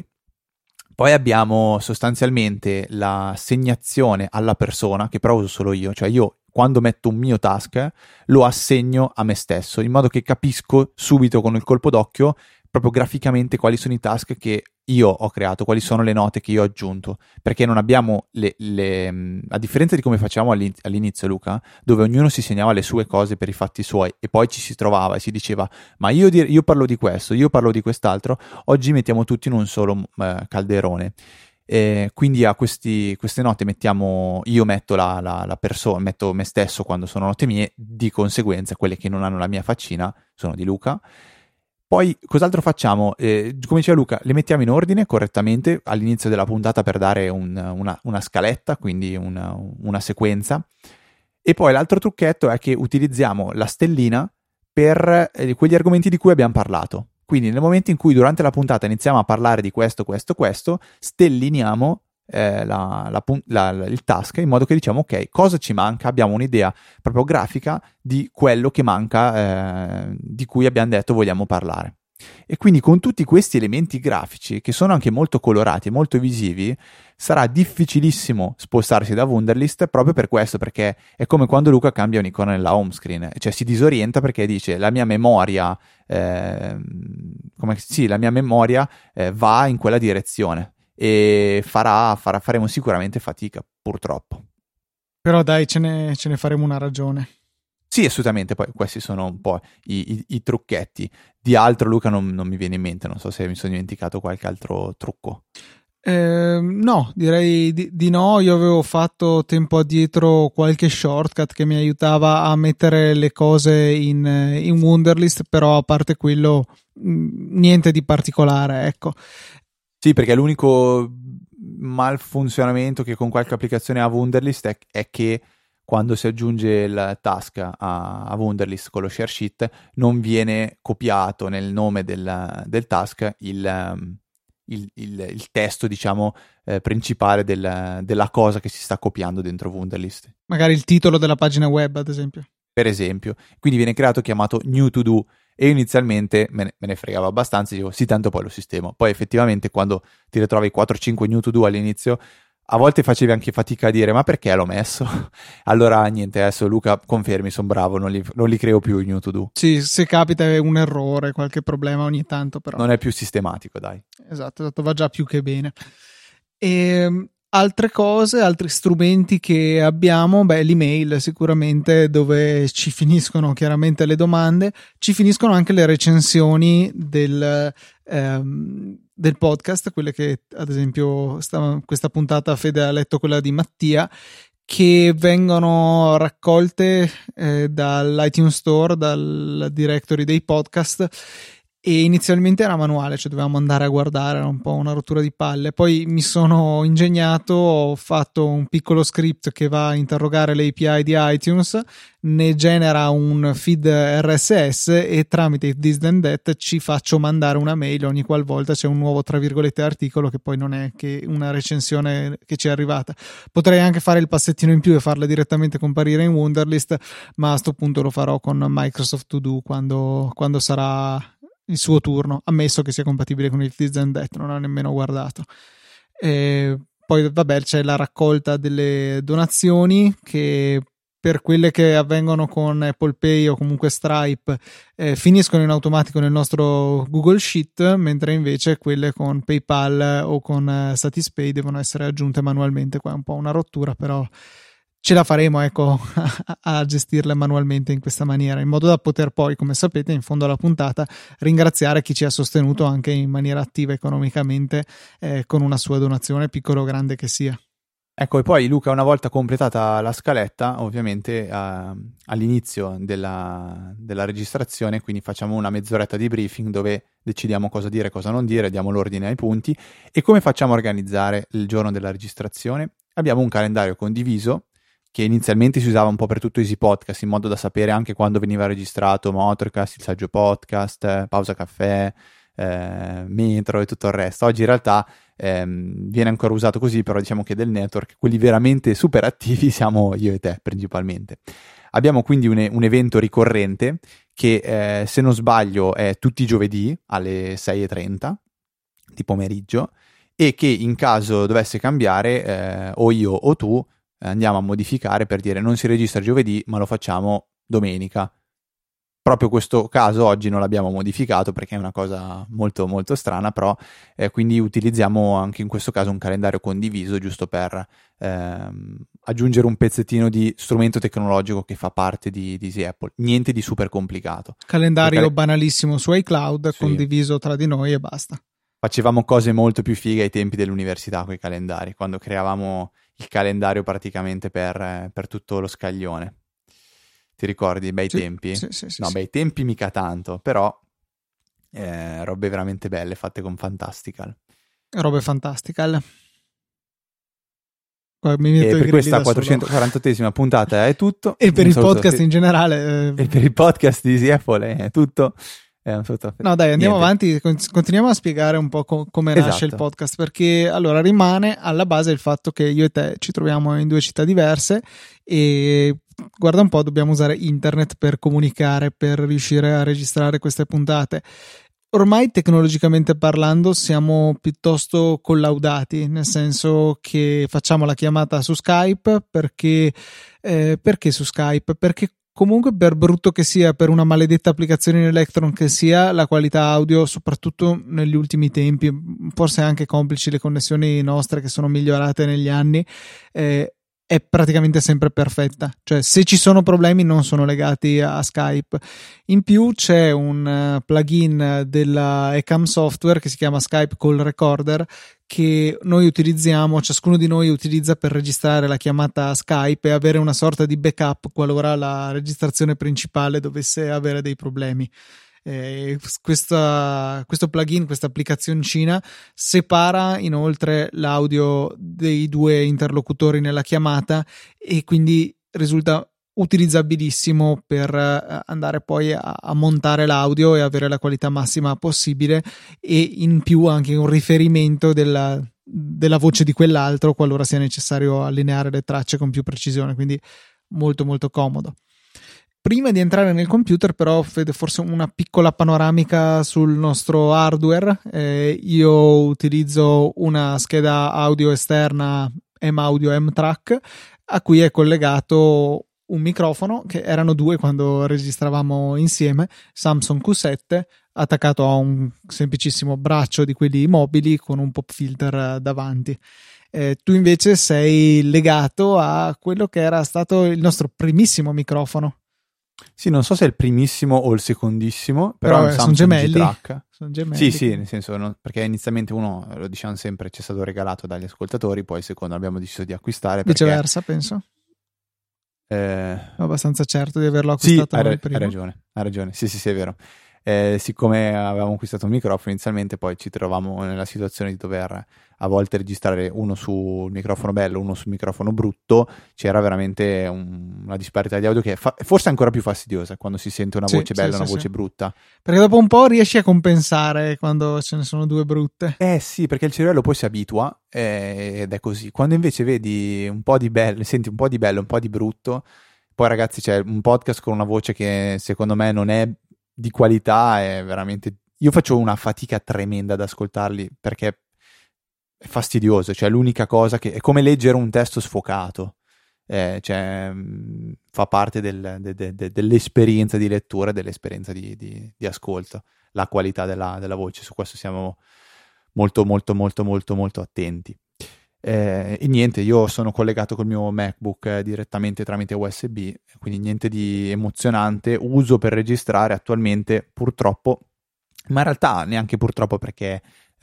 Poi abbiamo sostanzialmente la segnazione alla persona, che però uso solo io, cioè io quando metto un mio task lo assegno a me stesso, in modo che capisco subito con il colpo d'occhio, proprio graficamente, quali sono i task che io ho creato, quali sono le note che io ho aggiunto, perché non abbiamo le, le a differenza di come facciamo all'inizio, Luca, dove ognuno si segnava le sue cose per i fatti suoi e poi ci si trovava e si diceva ma io, io parlo di questo, io parlo di quest'altro. Oggi mettiamo tutti in un solo eh, calderone. E quindi a questi, queste note mettiamo, io metto la, la, la persona, metto me stesso quando sono note mie, di conseguenza quelle che non hanno la mia faccina sono di Luca. Poi cos'altro facciamo? Eh, come diceva Luca, le mettiamo in ordine correttamente all'inizio della puntata per dare un, una, una scaletta, quindi una, una sequenza. E poi l'altro trucchetto è che utilizziamo la stellina per eh, quegli argomenti di cui abbiamo parlato. Quindi nel momento in cui durante la puntata iniziamo a parlare di questo, questo, questo, stelliniamo eh, la, la, la, la, il task in modo che diciamo ok, cosa ci manca? Abbiamo un'idea proprio grafica di quello che manca, eh, di cui abbiamo detto vogliamo parlare. E quindi con tutti questi elementi grafici, che sono anche molto colorati e molto visivi, sarà difficilissimo spostarsi da Wunderlist proprio per questo, perché è come quando Luca cambia un'icona nella home screen, cioè si disorienta perché dice la mia memoria, eh, come, sì, la mia memoria eh, va in quella direzione e farà, farà, faremo sicuramente fatica, purtroppo. Però dai, ce ne, ce ne faremo una ragione. Sì, assolutamente, poi questi sono un po' i, i, i trucchetti. Di altro, Luca, non, non mi viene in mente, non so se mi sono dimenticato qualche altro trucco. Eh, no, direi di, di no. Io avevo fatto tempo addietro qualche shortcut che mi aiutava a mettere le cose in, in Wunderlist, però a parte quello niente di particolare, ecco. Sì, perché l'unico malfunzionamento che con qualche applicazione ha Wunderlist è, è che quando si aggiunge il task a, a Wunderlist con lo share sheet non viene copiato nel nome del, del task il, il, il, il testo, diciamo, eh, principale del, della cosa che si sta copiando dentro Wunderlist. Magari il titolo della pagina web, ad esempio. Per esempio. Quindi viene creato chiamato new to do e inizialmente me ne, me ne fregavo abbastanza, dicevo sì, tanto poi lo sistemo. Poi effettivamente quando ti ritrovi quattro cinque new to do all'inizio, a volte facevi anche fatica a dire ma perché l'ho messo? Allora niente, adesso Luca confermi, sono bravo, non li, non li creo più i new to do. Sì, se capita è un errore, qualche problema ogni tanto, però non è più sistematico, dai. Esatto, esatto, va già più che bene. E altre cose, altri strumenti che abbiamo, beh, l'email sicuramente, dove ci finiscono chiaramente le domande, ci finiscono anche le recensioni del ehm, del podcast, quelle che ad esempio sta, questa puntata Fede ha letto quella di Mattia, che vengono raccolte eh, dall'iTunes Store, dal directory dei podcast, e inizialmente era manuale, cioè dovevamo andare a guardare, era un po' una rottura di palle. Poi mi sono ingegnato, ho fatto un piccolo script che va a interrogare l'A P I di iTunes, ne genera un feed R S S e tramite This Then That ci faccio mandare una mail ogni qualvolta c'è un nuovo tra virgolette articolo, che poi non è che una recensione che ci è arrivata. Potrei anche fare il passettino in più e farla direttamente comparire in Wunderlist, ma a sto punto lo farò con Microsoft To Do quando, quando sarà il suo turno, ammesso che sia compatibile con il This Then That, non ho nemmeno guardato. E poi vabbè, c'è la raccolta delle donazioni, che per quelle che avvengono con Apple Pay o comunque Stripe eh, finiscono in automatico nel nostro Google Sheet, mentre invece quelle con PayPal o con eh, Satispay devono essere aggiunte manualmente. Qua è un po' una rottura, però ce la faremo, ecco, a, a gestirle manualmente in questa maniera, in modo da poter poi, come sapete, in fondo alla puntata ringraziare chi ci ha sostenuto anche in maniera attiva economicamente eh, con una sua donazione, piccola o grande che sia. Ecco, e poi Luca, una volta completata la scaletta, ovviamente eh, all'inizio della, della registrazione, quindi facciamo una mezz'oretta di briefing dove decidiamo cosa dire e cosa non dire, diamo l'ordine ai punti. E come facciamo a organizzare il giorno della registrazione? Abbiamo un calendario condiviso che inizialmente si usava un po' per tutto Easy Podcast, in modo da sapere anche quando veniva registrato Motorcast, il Saggio Podcast, Pausa Caffè, eh, Metro e tutto il resto. Oggi in realtà ehm, viene ancora usato così, però diciamo che del network, quelli veramente super attivi siamo io e te principalmente. Abbiamo quindi un, un evento ricorrente che eh, se non sbaglio è tutti i giovedì alle sei e trenta di pomeriggio, e che in caso dovesse cambiare eh, o io o tu andiamo a modificare per dire non si registra giovedì ma lo facciamo domenica. Proprio questo caso oggi non l'abbiamo modificato perché è una cosa molto molto strana, però eh, quindi utilizziamo anche in questo caso un calendario condiviso, giusto per ehm, aggiungere un pezzettino di strumento tecnologico che fa parte di, di Apple. Niente di super complicato. Calendario Perché... banalissimo su iCloud, sì, condiviso tra di noi e basta. Facevamo cose molto più fighe ai tempi dell'università con i calendari, quando creavamo il calendario praticamente per, per tutto lo scaglione. Ti ricordi? Bei sì, tempi? Sì, sì, sì, no, sì. bei tempi mica tanto, però eh, robe veramente belle fatte con Fantastical. Robe Fantastical. Mi metto E i per questa da quattrocentoquarantottesima puntata è tutto. E per Un il saluto podcast a in generale. E per il podcast di Easy Apple è tutto. È un saluto. No, dai, andiamo Niente. avanti. Continuiamo a spiegare un po' co- come Esatto. nasce il podcast. Perché allora rimane alla base il fatto che io e te ci troviamo in due città diverse e guarda un po', dobbiamo usare internet per comunicare, per riuscire a registrare queste puntate. Ormai tecnologicamente parlando siamo piuttosto collaudati, nel senso che facciamo la chiamata su Skype perché, eh, perché su Skype? Perché comunque, per brutto che sia, per una maledetta applicazione in Electron che sia, la qualità audio, soprattutto negli ultimi tempi, forse anche complici le connessioni nostre che sono migliorate negli anni, eh, è praticamente sempre perfetta. Cioè, se ci sono problemi non sono legati a Skype. In più c'è un uh, plugin della Ecam Software che si chiama Skype Call Recorder, che noi utilizziamo, ciascuno di noi utilizza per registrare la chiamata Skype e avere una sorta di backup qualora la registrazione principale dovesse avere dei problemi. Eh, questa, questo plugin, questa applicazioncina separa inoltre l'audio dei due interlocutori nella chiamata e quindi risulta utilizzabilissimo per andare poi a, a montare l'audio e avere la qualità massima possibile, e in più anche un riferimento della, della voce di quell'altro qualora sia necessario allineare le tracce con più precisione, quindi molto molto comodo. Prima di entrare nel computer, però, Fede, forse una piccola panoramica sul nostro hardware. Eh, io utilizzo una scheda audio esterna M-Audio M-Track a cui è collegato un microfono, che erano due quando registravamo insieme, Samson Q sette, attaccato a un semplicissimo braccio di quelli mobili con un pop filter davanti. Eh, tu invece sei legato a quello che era stato il nostro primissimo microfono. Sì, non so se è il primissimo o il secondissimo, però, però è un sono gemelli. G-Track. Sono gemelli. Sì, sì, nel senso, no, perché inizialmente uno, lo diciamo sempre, ci è stato regalato dagli ascoltatori, poi il secondo abbiamo deciso di acquistare. Perché, viceversa, penso. Eh... Sono abbastanza certo di averlo acquistato. Sì, hai, il primo. hai ragione, hai ragione. Sì, sì, sì, è vero. Eh, siccome avevamo acquistato un microfono inizialmente, poi ci trovavamo nella situazione di dover a volte registrare uno sul microfono bello, uno sul microfono brutto, c'era veramente un, una disparità di audio che è fa- forse ancora più fastidiosa quando si sente una sì, voce bella e sì, una sì, voce sì. brutta, perché dopo un po' riesci a compensare quando ce ne sono due brutte. Eh sì, perché il cervello poi si abitua eh, ed è così. Quando invece vedi un po' di bello, senti un po' di bello, un po' di brutto, poi ragazzi c'è un podcast con una voce che secondo me non è di qualità, è veramente, io faccio una fatica tremenda ad ascoltarli perché è fastidioso, cioè l'unica cosa che è come leggere un testo sfocato, eh, cioè mh, fa parte del, de, de, de, dell'esperienza di lettura, dell'esperienza di, di, di ascolto, la qualità della, della voce. Su questo siamo molto molto molto molto molto attenti. Eh, e niente, io sono collegato col mio MacBook eh, direttamente tramite U S B, quindi niente di emozionante. Uso per registrare attualmente, purtroppo, ma in realtà neanche purtroppo, perché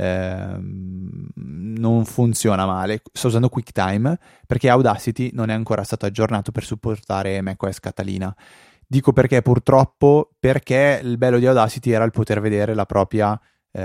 ehm, non funziona male. Sto usando QuickTime perché Audacity non è ancora stato aggiornato per supportare macOS Catalina. Dico perché purtroppo, perché il bello di Audacity era il poter vedere la propria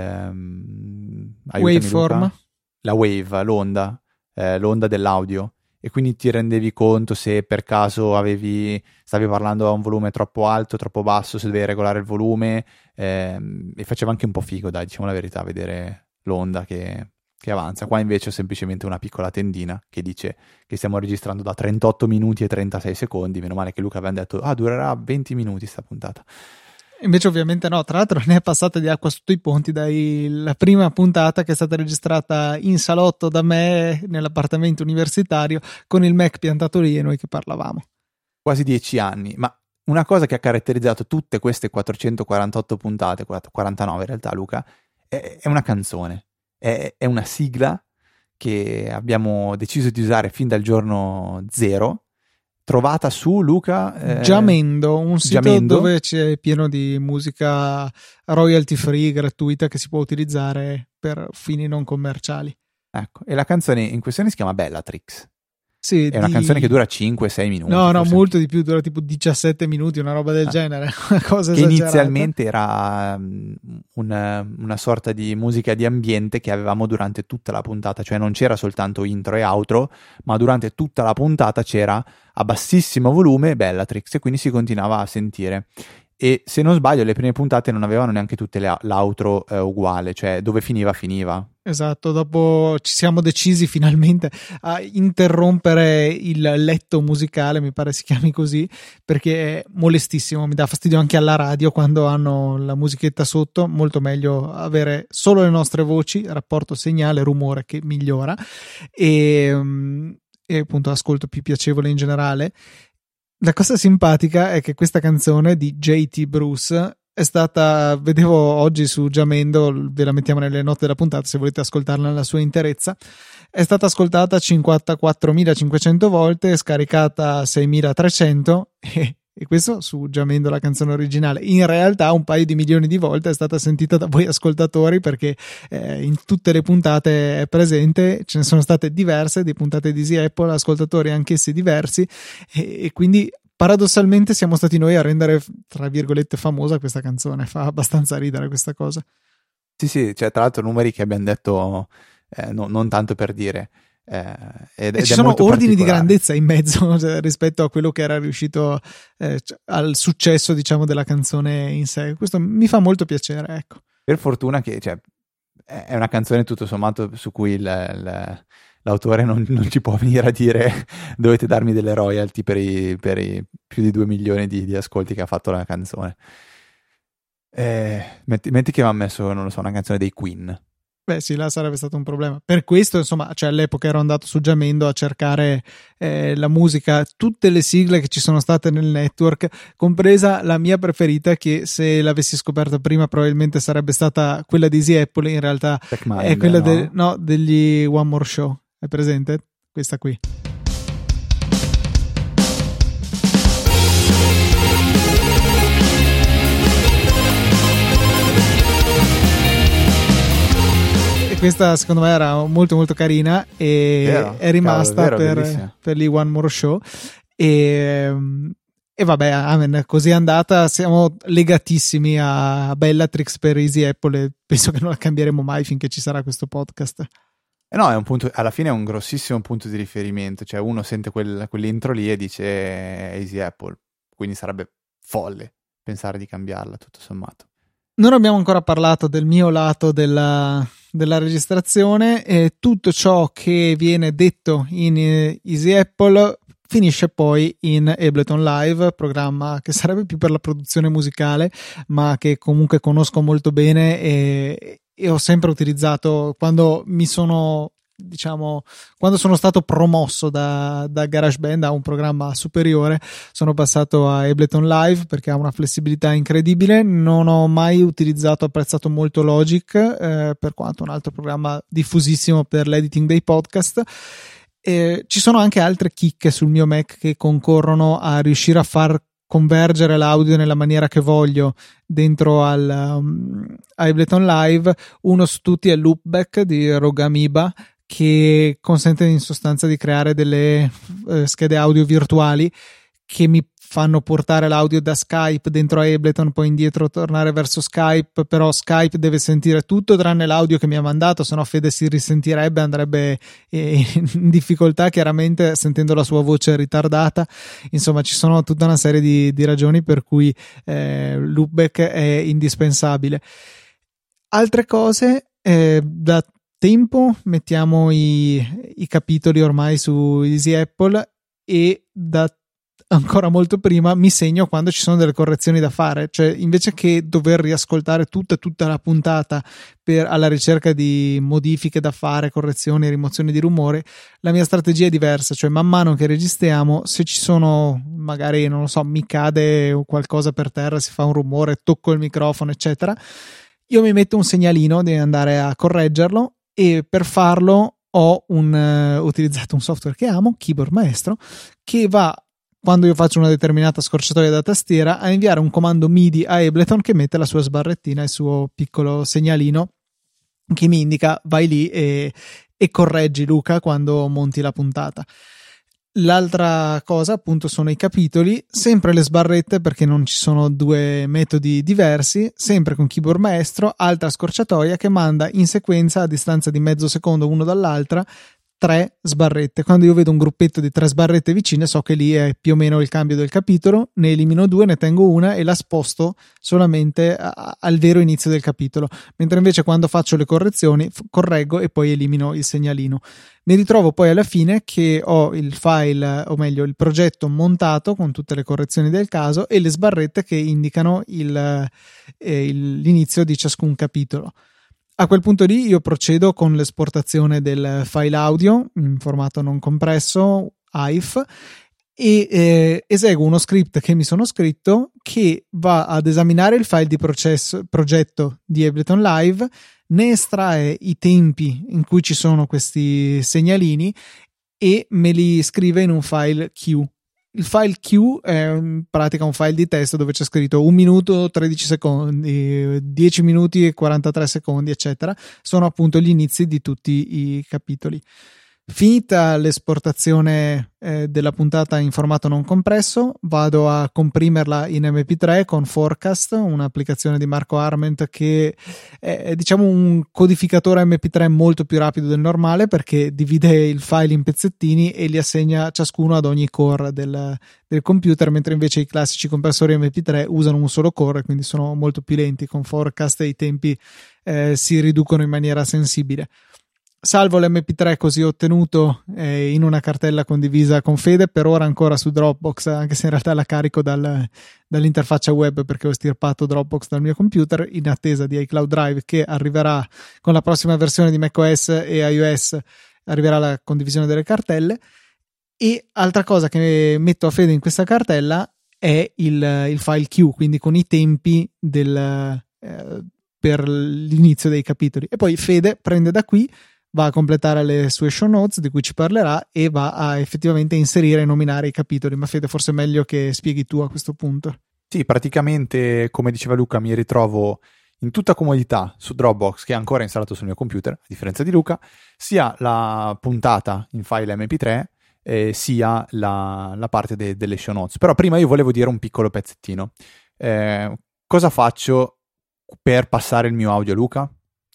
ehm, waveform, Luca? La wave, l'onda. Eh, l'onda dell'audio, e quindi ti rendevi conto se per caso avevi stavi parlando a un volume troppo alto, troppo basso, se dovevi regolare il volume, ehm, e faceva anche un po' figo, dai, diciamo la verità, vedere l'onda che, che avanza. Qua invece ho semplicemente una piccola tendina che dice che stiamo registrando da trentotto minuti e trentasei secondi, meno male che Luca aveva detto ah durerà venti minuti sta puntata. Invece ovviamente no, tra l'altro ne è passata di acqua sotto i ponti dalla prima puntata, che è stata registrata in salotto da me nell'appartamento universitario con il Mac piantato lì e noi che parlavamo. Quasi dieci anni, ma una cosa che ha caratterizzato tutte queste quattrocentoquarantotto puntate, quarantanove in realtà Luca, è, è una canzone, è, è una sigla che abbiamo deciso di usare fin dal giorno zero, trovata su Luca eh, Jamendo, un sito Jamendo, dove c'è pieno di musica royalty free gratuita che si può utilizzare per fini non commerciali. Ecco, e la canzone in questione si chiama Bellatrix. Sì, è una di... canzone che dura cinque sei minuti. No, no, molto di più, dura tipo diciassette minuti, una roba del ah. genere, una cosa che esagerata. Inizialmente era um, una, una sorta di musica di ambiente che avevamo durante tutta la puntata, cioè non c'era soltanto intro e outro, ma durante tutta la puntata c'era a bassissimo volume Bellatrix e quindi si continuava a sentire. E se non sbaglio le prime puntate non avevano neanche tutte le, l'outro eh, uguale, cioè dove finiva finiva. Esatto, dopo ci siamo decisi finalmente a interrompere il letto musicale, mi pare si chiami così, perché è molestissimo, mi dà fastidio anche alla radio quando hanno la musichetta sotto, molto meglio avere solo le nostre voci, rapporto segnale-rumore che migliora e, e appunto ascolto più piacevole in generale. La cosa simpatica è che questa canzone di J T Bruce è stata, vedevo oggi su Jamendo, ve la mettiamo nelle note della puntata se volete ascoltarla nella sua interezza, è stata ascoltata cinquantaquattromilacinquecento volte, scaricata seimilatrecento e, e questo su Jamendo, la canzone originale. In realtà un paio di milioni di volte è stata sentita da voi ascoltatori perché eh, in tutte le puntate è presente, ce ne sono state diverse di puntate di Easy Apple, ascoltatori anch'essi diversi e, e quindi paradossalmente siamo stati noi a rendere tra virgolette famosa questa canzone. Fa abbastanza ridere questa cosa. Sì sì, cioè tra l'altro numeri che abbiamo detto eh, no, non tanto per dire. Eh, ed, e ed ci è sono molto ordini di particolare. grandezza in mezzo, cioè, rispetto a quello che era riuscito eh, al successo diciamo della canzone in sé. Questo mi fa molto piacere, ecco. Per fortuna che cioè, è una canzone tutto sommato su cui il, il, l'autore non, non ci può venire a dire dovete darmi delle royalty per i, per i più di due milioni di, di ascolti che ha fatto la canzone. Eh, metti, metti che mi ha messo, non lo so, una canzone dei Queen. Beh sì, là sarebbe stato un problema. Per questo, insomma, cioè all'epoca ero andato su Jamendo a cercare eh, la musica, tutte le sigle che ci sono state nel network, compresa la mia preferita, che se l'avessi scoperta prima probabilmente sarebbe stata quella di Easy Apple, in realtà Mind, è quella no? De, no, degli One More Show. È presente? Questa qui. Questa secondo me era molto molto carina e vero, è rimasta cavolo, vero, per, per gli One More Show e, e vabbè, amen, così è andata, siamo legatissimi a Bellatrix per Easy Apple e penso che non la cambieremo mai finché ci sarà questo podcast. Eh no, è un punto, alla fine è un grossissimo punto di riferimento, cioè uno sente quel, quell'intro lì e dice Easy Apple, quindi sarebbe folle pensare di cambiarla tutto sommato. Non abbiamo ancora parlato del mio lato della, della registrazione e tutto ciò che viene detto in Easy Apple finisce poi in Ableton Live, programma che sarebbe più per la produzione musicale ma che comunque conosco molto bene e, e ho sempre utilizzato quando mi sono diciamo quando sono stato promosso da, da GarageBand a un programma superiore. Sono passato a Ableton Live perché ha una flessibilità incredibile. Non ho mai utilizzato, apprezzato molto Logic, eh, per quanto un altro programma diffusissimo per l'editing dei podcast. Eh, ci sono anche altre chicche sul mio Mac che concorrono a riuscire a far convergere l'audio nella maniera che voglio dentro al um, Ableton Live. Uno su tutti è Loopback di Rogue Amoeba, che consente in sostanza di creare delle eh, schede audio virtuali che mi fanno portare l'audio da Skype dentro a Ableton, poi indietro tornare verso Skype, però Skype deve sentire tutto tranne l'audio che mi ha mandato, se no Fede si risentirebbe, andrebbe eh, in difficoltà chiaramente sentendo la sua voce ritardata. Insomma, ci sono tutta una serie di, di ragioni per cui eh, Loopback è indispensabile. Altre cose, eh, da tempo mettiamo i, i capitoli ormai su Easy Apple e da ancora molto prima mi segno quando ci sono delle correzioni da fare, cioè invece che dover riascoltare tutta tutta la puntata per, alla ricerca di modifiche da fare, correzioni, rimozioni di rumore, la mia strategia è diversa, cioè man mano che registriamo, se ci sono magari non lo so, mi cade qualcosa per terra, si fa un rumore, tocco il microfono eccetera, io mi metto un segnalino di andare a correggerlo e per farlo ho un, uh, utilizzato un software che amo, Keyboard Maestro, che va, quando io faccio una determinata scorciatoia da tastiera, a inviare un comando M I D I a Ableton che mette la sua sbarrettina, il suo piccolo segnalino che mi indica vai lì e, e correggi Luca quando monti la puntata. L'altra cosa appunto sono i capitoli, sempre le sbarrette perché non ci sono due metodi diversi, sempre con keyboard maestro, altra scorciatoia che manda in sequenza a distanza di mezzo secondo uno dall'altra tre sbarrette. Quando io vedo un gruppetto di tre sbarrette vicine so che lì è più o meno il cambio del capitolo, ne elimino due, ne tengo una e la sposto solamente a, al vero inizio del capitolo, mentre invece quando faccio le correzioni f- correggo e poi elimino il segnalino. Mi ritrovo poi alla fine che ho il file, o meglio il progetto montato con tutte le correzioni del caso e le sbarrette che indicano il, eh, il, l'inizio di ciascun capitolo. A quel punto lì io procedo con l'esportazione del file audio in formato non compresso, A I F, e eh, eseguo uno script che mi sono scritto che va ad esaminare il file di processo, progetto di Ableton Live, ne estrae i tempi in cui ci sono questi segnalini e me li scrive in un file Q. Il file Q è in pratica un file di testo dove c'è scritto un minuto tredici secondi, dieci minuti e quarantatré secondi, eccetera. Sono appunto gli inizi di tutti i capitoli. Finita l'esportazione eh, della puntata in formato non compresso, vado a comprimerla in M P tre con Forecast, un'applicazione di Marco Arment che è, è diciamo un codificatore M P tre molto più rapido del normale perché divide il file in pezzettini e li assegna ciascuno ad ogni core del, del computer, mentre invece i classici compressori M P tre usano un solo core, quindi sono molto più lenti. Con Forecast i tempi eh, si riducono in maniera sensibile. Salvo l'emme pi tre così ottenuto eh, in una cartella condivisa con Fede, per ora ancora su Dropbox, anche se in realtà la carico dal, dall'interfaccia web perché ho estirpato Dropbox dal mio computer in attesa di iCloud Drive che arriverà con la prossima versione di macOS e iOS, arriverà la condivisione delle cartelle. E altra cosa che metto a Fede in questa cartella è il, il file Q, quindi con i tempi del, eh, per l'inizio dei capitoli, e poi Fede prende da qui, va a completare le sue show notes di cui ci parlerà e va a effettivamente inserire e nominare i capitoli. Ma Fede, forse è meglio che spieghi tu a questo punto. Sì, praticamente come diceva Luca mi ritrovo in tutta comodità su Dropbox, che è ancora installato sul mio computer a differenza di Luca, sia la puntata in file emme pi tre eh, sia la, la parte de- delle show notes. Però prima io volevo dire un piccolo pezzettino. Eh, cosa faccio per passare il mio audio a Luca?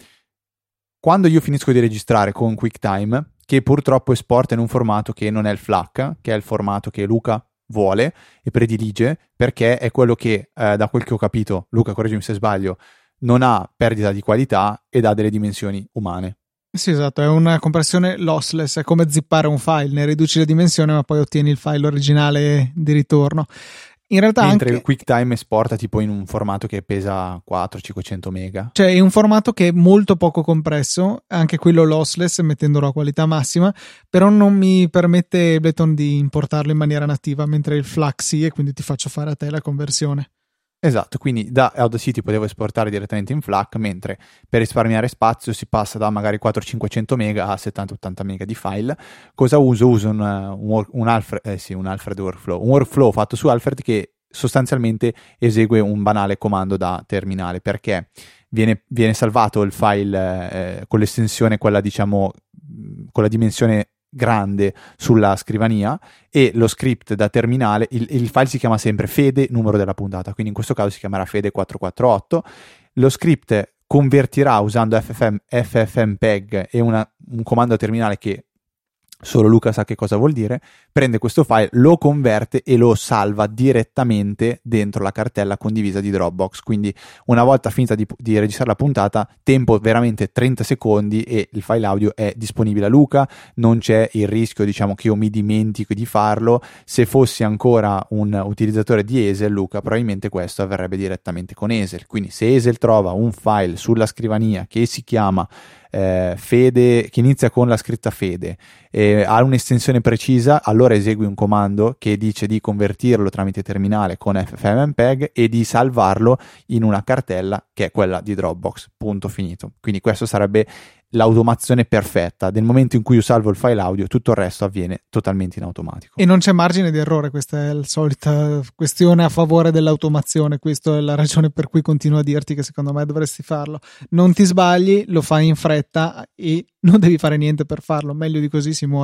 Quando io finisco di registrare con QuickTime, che purtroppo esporta in un formato che non è il FLAC, che è il formato che Luca vuole e predilige, perché è quello che, eh, da quel che ho capito, Luca, correggimi se sbaglio, non ha perdita di qualità ed ha delle dimensioni umane. Sì, esatto, è una compressione lossless, è come zippare un file, ne riduci la dimensione ma poi ottieni il file originale di ritorno. In realtà mentre anche... il QuickTime esporta tipo in un formato che pesa quattro cinquecento mega. Cioè è un formato che è molto poco compresso, anche quello lossless mettendolo a qualità massima, però non mi permette Ableton di importarlo in maniera nativa, mentre il FLAC sì, e quindi ti faccio fare a te la conversione. Esatto, quindi da Audacity potevo esportare direttamente in FLAC, mentre per risparmiare spazio si passa da magari quattro cinquecento mega a settanta ottanta mega di file. Cosa uso? Uso un, un, un, Alfred, eh sì, un Alfred workflow, un workflow fatto su Alfred che sostanzialmente esegue un banale comando da terminale, perché viene, viene salvato il file eh, con l'estensione, quella diciamo con la dimensione grande sulla scrivania, e lo script da terminale, il, il file si chiama sempre Fede numero della puntata, quindi in questo caso si chiamerà Fede quattrocentoquarantotto. Lo script convertirà usando F F M, F F M P E G e una, un comando terminale che solo Luca sa che cosa vuol dire, prende questo file, lo converte e lo salva direttamente dentro la cartella condivisa di Dropbox. Quindi una volta finita di, di registrare la puntata, tempo veramente trenta secondi e il file audio è disponibile a Luca, non c'è il rischio diciamo che io mi dimentico di farlo. Se fossi ancora un utilizzatore di Easel, Luca, probabilmente questo avverrebbe direttamente con Easel. Quindi se Easel trova un file sulla scrivania che si chiama Eh, Fede, che inizia con la scritta Fede, eh, ha un'estensione precisa, allora esegui un comando che dice di convertirlo tramite terminale con F F M P E G e di salvarlo in una cartella che è quella di Dropbox, punto finito. Quindi questo sarebbe l'automazione perfetta. Nel momento in cui io salvo il file audio, tutto il resto avviene totalmente in automatico. E non c'è margine di errore, questa è la solita questione a favore dell'automazione. Questa è la ragione per cui continuo a dirti che secondo me dovresti farlo. Non ti sbagli, lo fai in fretta e non devi fare niente per farlo, meglio di così si muore.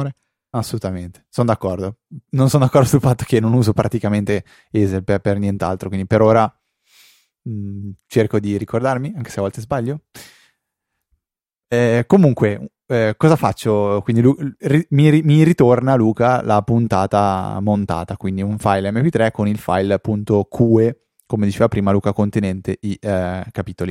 Assolutamente, sono d'accordo. Non sono d'accordo sul fatto che non uso praticamente Hazel per, per nient'altro, quindi per ora mh, cerco di ricordarmi, anche se a volte sbaglio. Eh, comunque, eh, cosa faccio? Quindi Lu- ri- mi, mi ritorna, Luca, la puntata montata, quindi un file emme pi tre con il file .que, come diceva prima Luca, contenente i eh, capitoli.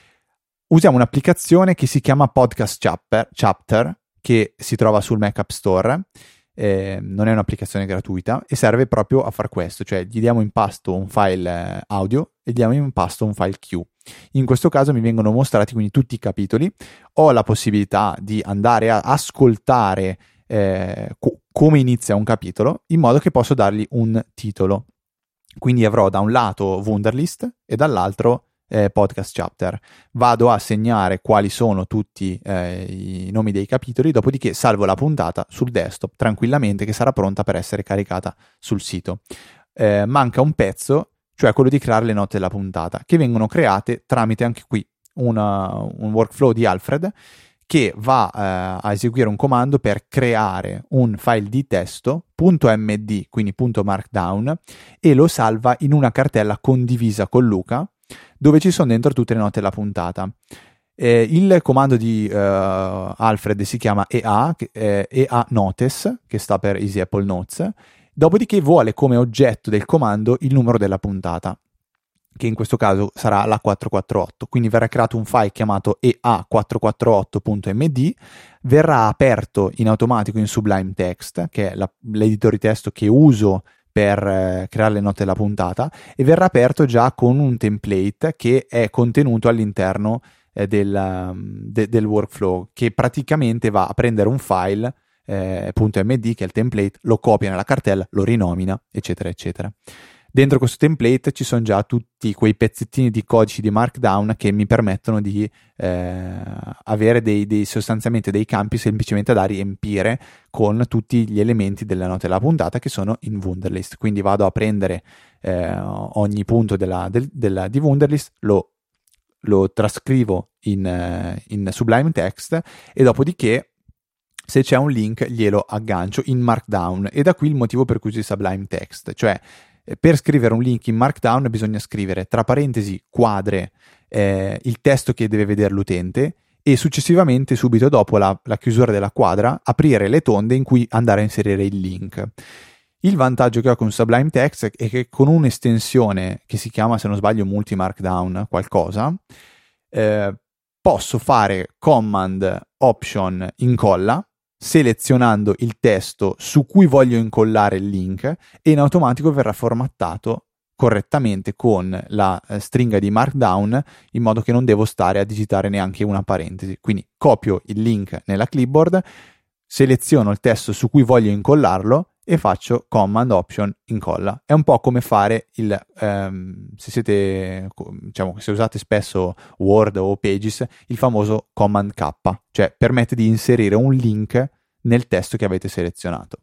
Usiamo un'applicazione che si chiama Podcast Chapter, Chapter che si trova sul Mac App Store. Eh, non è un'applicazione gratuita e serve proprio a far questo, cioè gli diamo in pasto un file eh, audio e gli diamo in pasto un file Q. In questo caso mi vengono mostrati quindi tutti i capitoli, ho la possibilità di andare a ascoltare eh, co- come inizia un capitolo, in modo che posso dargli un titolo. Quindi avrò da un lato Wunderlist e dall'altro eh, Podcast Chapter. Vado a segnare quali sono tutti eh, i nomi dei capitoli, dopodiché salvo la puntata sul desktop tranquillamente, che sarà pronta per essere caricata sul sito. Eh, manca un pezzo, cioè quello di creare le note della puntata, che vengono create tramite anche qui una, un workflow di Alfred, che va eh, a eseguire un comando per creare un file di testo .md, quindi .markdown, e lo salva in una cartella condivisa con Luca, dove ci sono dentro tutte le note della puntata. Eh, il comando di uh, Alfred si chiama E A, che, eh, E A Notes, che sta per Easy Apple Notes, dopodiché vuole come oggetto del comando il numero della puntata, che in questo caso sarà la quattrocentoquarantotto, quindi verrà creato un file chiamato E A quattrocentoquarantotto.md, verrà aperto in automatico in Sublime Text, che è la, l'editor di testo che uso per eh, creare le note della puntata, e verrà aperto già con un template che è contenuto all'interno eh, del, um, de, del workflow, che praticamente va a prendere un file eh, .md, che è il template, lo copia nella cartella, lo rinomina, eccetera, eccetera. Dentro questo template ci sono già tutti quei pezzettini di codici di Markdown che mi permettono di eh, avere dei, dei sostanzialmente dei campi semplicemente da riempire con tutti gli elementi della nota della puntata che sono in Wunderlist. Quindi vado a prendere eh, ogni punto della, del, della, di Wunderlist, lo, lo trascrivo in, in Sublime Text e dopodiché, se c'è un link, glielo aggancio in Markdown, e da qui il motivo per cui uso Sublime Text, cioè per scrivere un link in Markdown bisogna scrivere tra parentesi quadre eh, il testo che deve vedere l'utente, e successivamente, subito dopo la, la chiusura della quadra, aprire le tonde in cui andare a inserire il link. Il vantaggio che ho con Sublime Text è che con un'estensione che si chiama, se non sbaglio, Multi Markdown qualcosa, eh, posso fare Command Option incolla, selezionando il testo su cui voglio incollare il link, e in automatico verrà formattato correttamente con la eh, stringa di Markdown, in modo che non devo stare a digitare neanche una parentesi. Quindi copio il link nella clipboard, seleziono il testo su cui voglio incollarlo e faccio Command Option incolla. È un po' come fare il ehm, se siete, diciamo, se usate spesso Word o Pages, il famoso Command K, cioè permette di inserire un link nel testo che avete selezionato.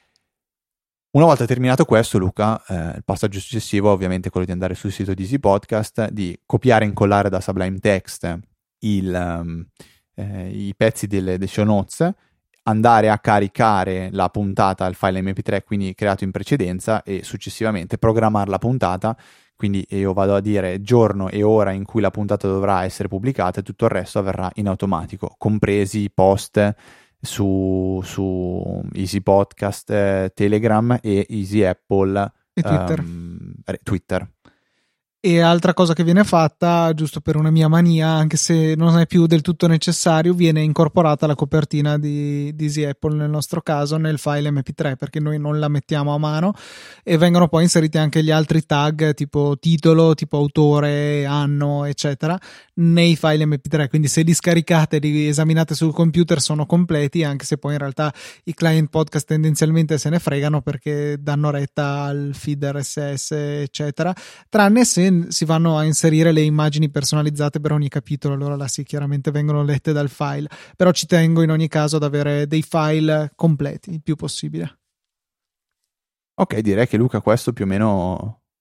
Una volta terminato questo, Luca, eh, il passaggio successivo è ovviamente quello di andare sul sito di Easy Podcast, di copiare e incollare da Sublime Text il, um, eh, i pezzi delle, dei show notes, andare a caricare la puntata al file emme pi tre, quindi creato in precedenza, e successivamente programmare la puntata. Quindi io vado a dire giorno e ora in cui la puntata dovrà essere pubblicata, e tutto il resto avverrà in automatico, compresi i post su, su Easy Podcast, eh, Telegram e Easy Apple e Twitter. Um, Twitter. E altra cosa che viene fatta, giusto per una mia mania, anche se non è più del tutto necessario, viene incorporata la copertina di, di Easy Apple, nel nostro caso, nel file emme pi tre, perché noi non la mettiamo a mano, e vengono poi inseriti anche gli altri tag tipo titolo, tipo autore, anno, eccetera, nei file emme pi tre. Quindi se li scaricate e li esaminate sul computer sono completi, anche se poi in realtà i client podcast tendenzialmente se ne fregano, perché danno retta al feed erre esse esse, eccetera, tranne se si vanno a inserire le immagini personalizzate per ogni capitolo. Allora là sì, chiaramente vengono lette dal file, però ci tengo in ogni caso ad avere dei file completi il più possibile. Ok, direi che Luca questo più o meno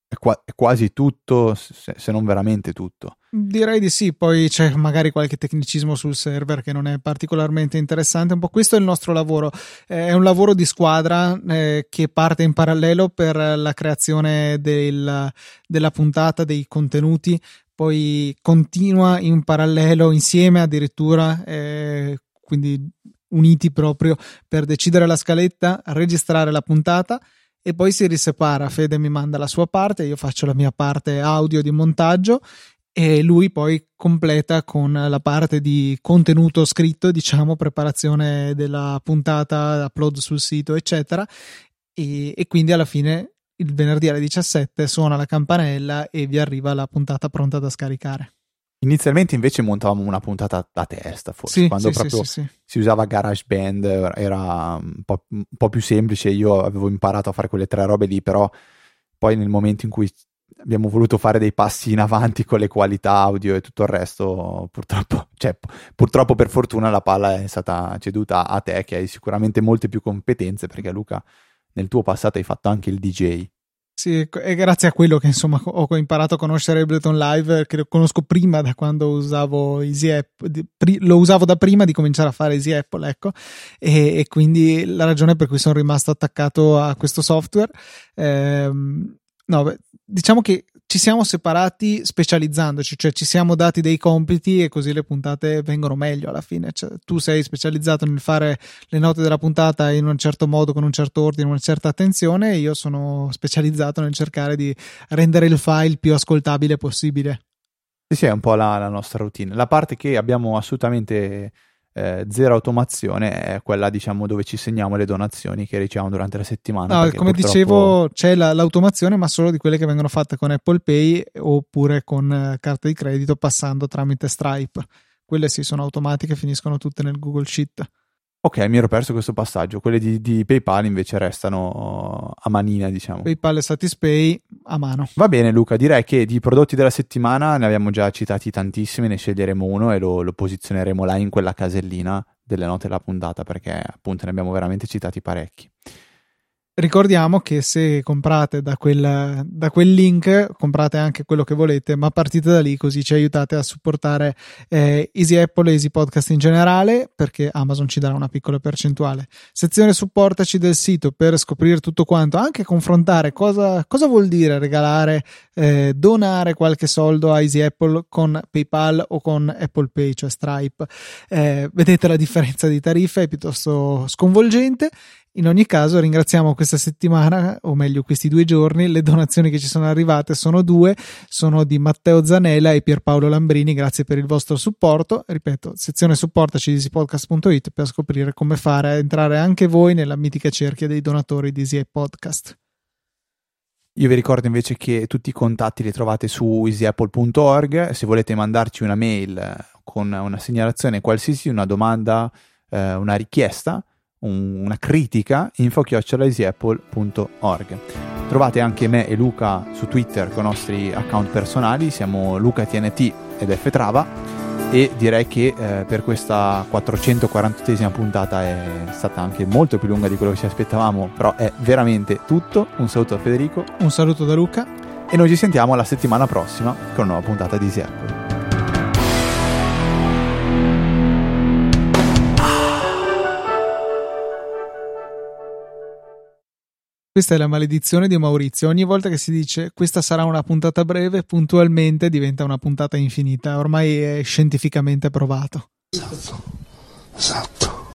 è, qua- è quasi tutto, se, se non veramente tutto. Direi di sì, poi c'è magari qualche tecnicismo sul server che non è particolarmente interessante, un po' questo è il nostro lavoro, eh, è un lavoro di squadra eh, che parte in parallelo per la creazione del, della puntata, dei contenuti, poi continua in parallelo insieme addirittura, eh, quindi uniti proprio per decidere la scaletta, registrare la puntata e poi si risepara. Fede mi manda la sua parte, io faccio la mia parte audio di montaggio e lui poi completa con la parte di contenuto scritto, diciamo, preparazione della puntata, upload sul sito, eccetera. E, e quindi alla fine il venerdì alle diciassette suona la campanella e vi arriva la puntata pronta da scaricare. Inizialmente invece montavamo una puntata a testa, forse, sì, quando sì, proprio sì, sì, sì. si usava GarageBand, era un po', un po' più semplice, io avevo imparato a fare quelle tre robe lì, però poi nel momento in cui abbiamo voluto fare dei passi in avanti con le qualità audio e tutto il resto, purtroppo, cioè, purtroppo per fortuna la palla è stata ceduta a te, che hai sicuramente molte più competenze, perché Luca nel tuo passato hai fatto anche il D J. Sì, è grazie a quello che insomma ho imparato a conoscere Ableton Live, che lo conosco prima da quando usavo Easy Apple, lo usavo da prima di cominciare a fare Easy Apple, ecco, e, e quindi la ragione per cui sono rimasto attaccato a questo software. Ehm, no, beh, diciamo che ci siamo separati specializzandoci, cioè ci siamo dati dei compiti e così le puntate vengono meglio alla fine. Cioè, tu sei specializzato nel fare le note della puntata in un certo modo, con un certo ordine, una certa attenzione, e io sono specializzato nel cercare di rendere il file più ascoltabile possibile. Sì, sì, è un po' la, la nostra routine. La parte che abbiamo assolutamente eh, zero automazione è quella, diciamo, dove ci segniamo le donazioni che riceviamo durante la settimana. No, come purtroppo... dicevo, c'è la, l'automazione, ma solo di quelle che vengono fatte con Apple Pay oppure con eh, carta di credito passando tramite Stripe. Quelle sì, sono automatiche, finiscono tutte nel Google Sheet. Ok, mi ero perso questo passaggio. Quelle di, di PayPal invece restano a manina, diciamo. PayPal e Satispay a mano. Va bene, Luca, direi che di prodotti della settimana ne abbiamo già citati tantissimi, ne sceglieremo uno e lo, lo posizioneremo là in quella casellina delle note della puntata, perché appunto ne abbiamo veramente citati parecchi. Ricordiamo che se comprate da quel, da quel link, comprate anche quello che volete, ma partite da lì, così ci aiutate a supportare eh, Easy Apple e Easy Podcast in generale, perché Amazon ci darà una piccola percentuale. Sezione supportaci del sito per scoprire tutto quanto, anche confrontare cosa, cosa vuol dire regalare, eh, donare qualche soldo a Easy Apple con PayPal o con Apple Pay, cioè Stripe. Eh, vedete la differenza di tariffe, è piuttosto sconvolgente. In ogni caso ringraziamo questa settimana, o meglio questi due giorni, le donazioni che ci sono arrivate sono due, sono di Matteo Zanella e Pierpaolo Lambrini, grazie per il vostro supporto. Ripeto, sezione supportaci di easypodcast punto it per scoprire come fare a entrare anche voi nella mitica cerchia dei donatori di Easy Podcast. Io vi ricordo invece che tutti i contatti li trovate su easy apple punto org, se volete mandarci una mail con una segnalazione qualsiasi, una domanda, eh, una richiesta, una critica, info chiocciola easy apple punto org. Trovate anche me e Luca su Twitter con i nostri account personali, siamo LucaTNT ed Ftrava, e direi che eh, per questa quattrocentoquarantottesima puntata è stata anche molto più lunga di quello che ci aspettavamo, però è veramente tutto. Un saluto da Federico, un saluto da Luca e noi ci sentiamo la settimana prossima con una nuova puntata di Easy Apple. Questa è la maledizione di Maurizio. Ogni volta che si dice questa sarà una puntata breve, puntualmente diventa una puntata infinita. Ormai è scientificamente provato. Esatto, esatto.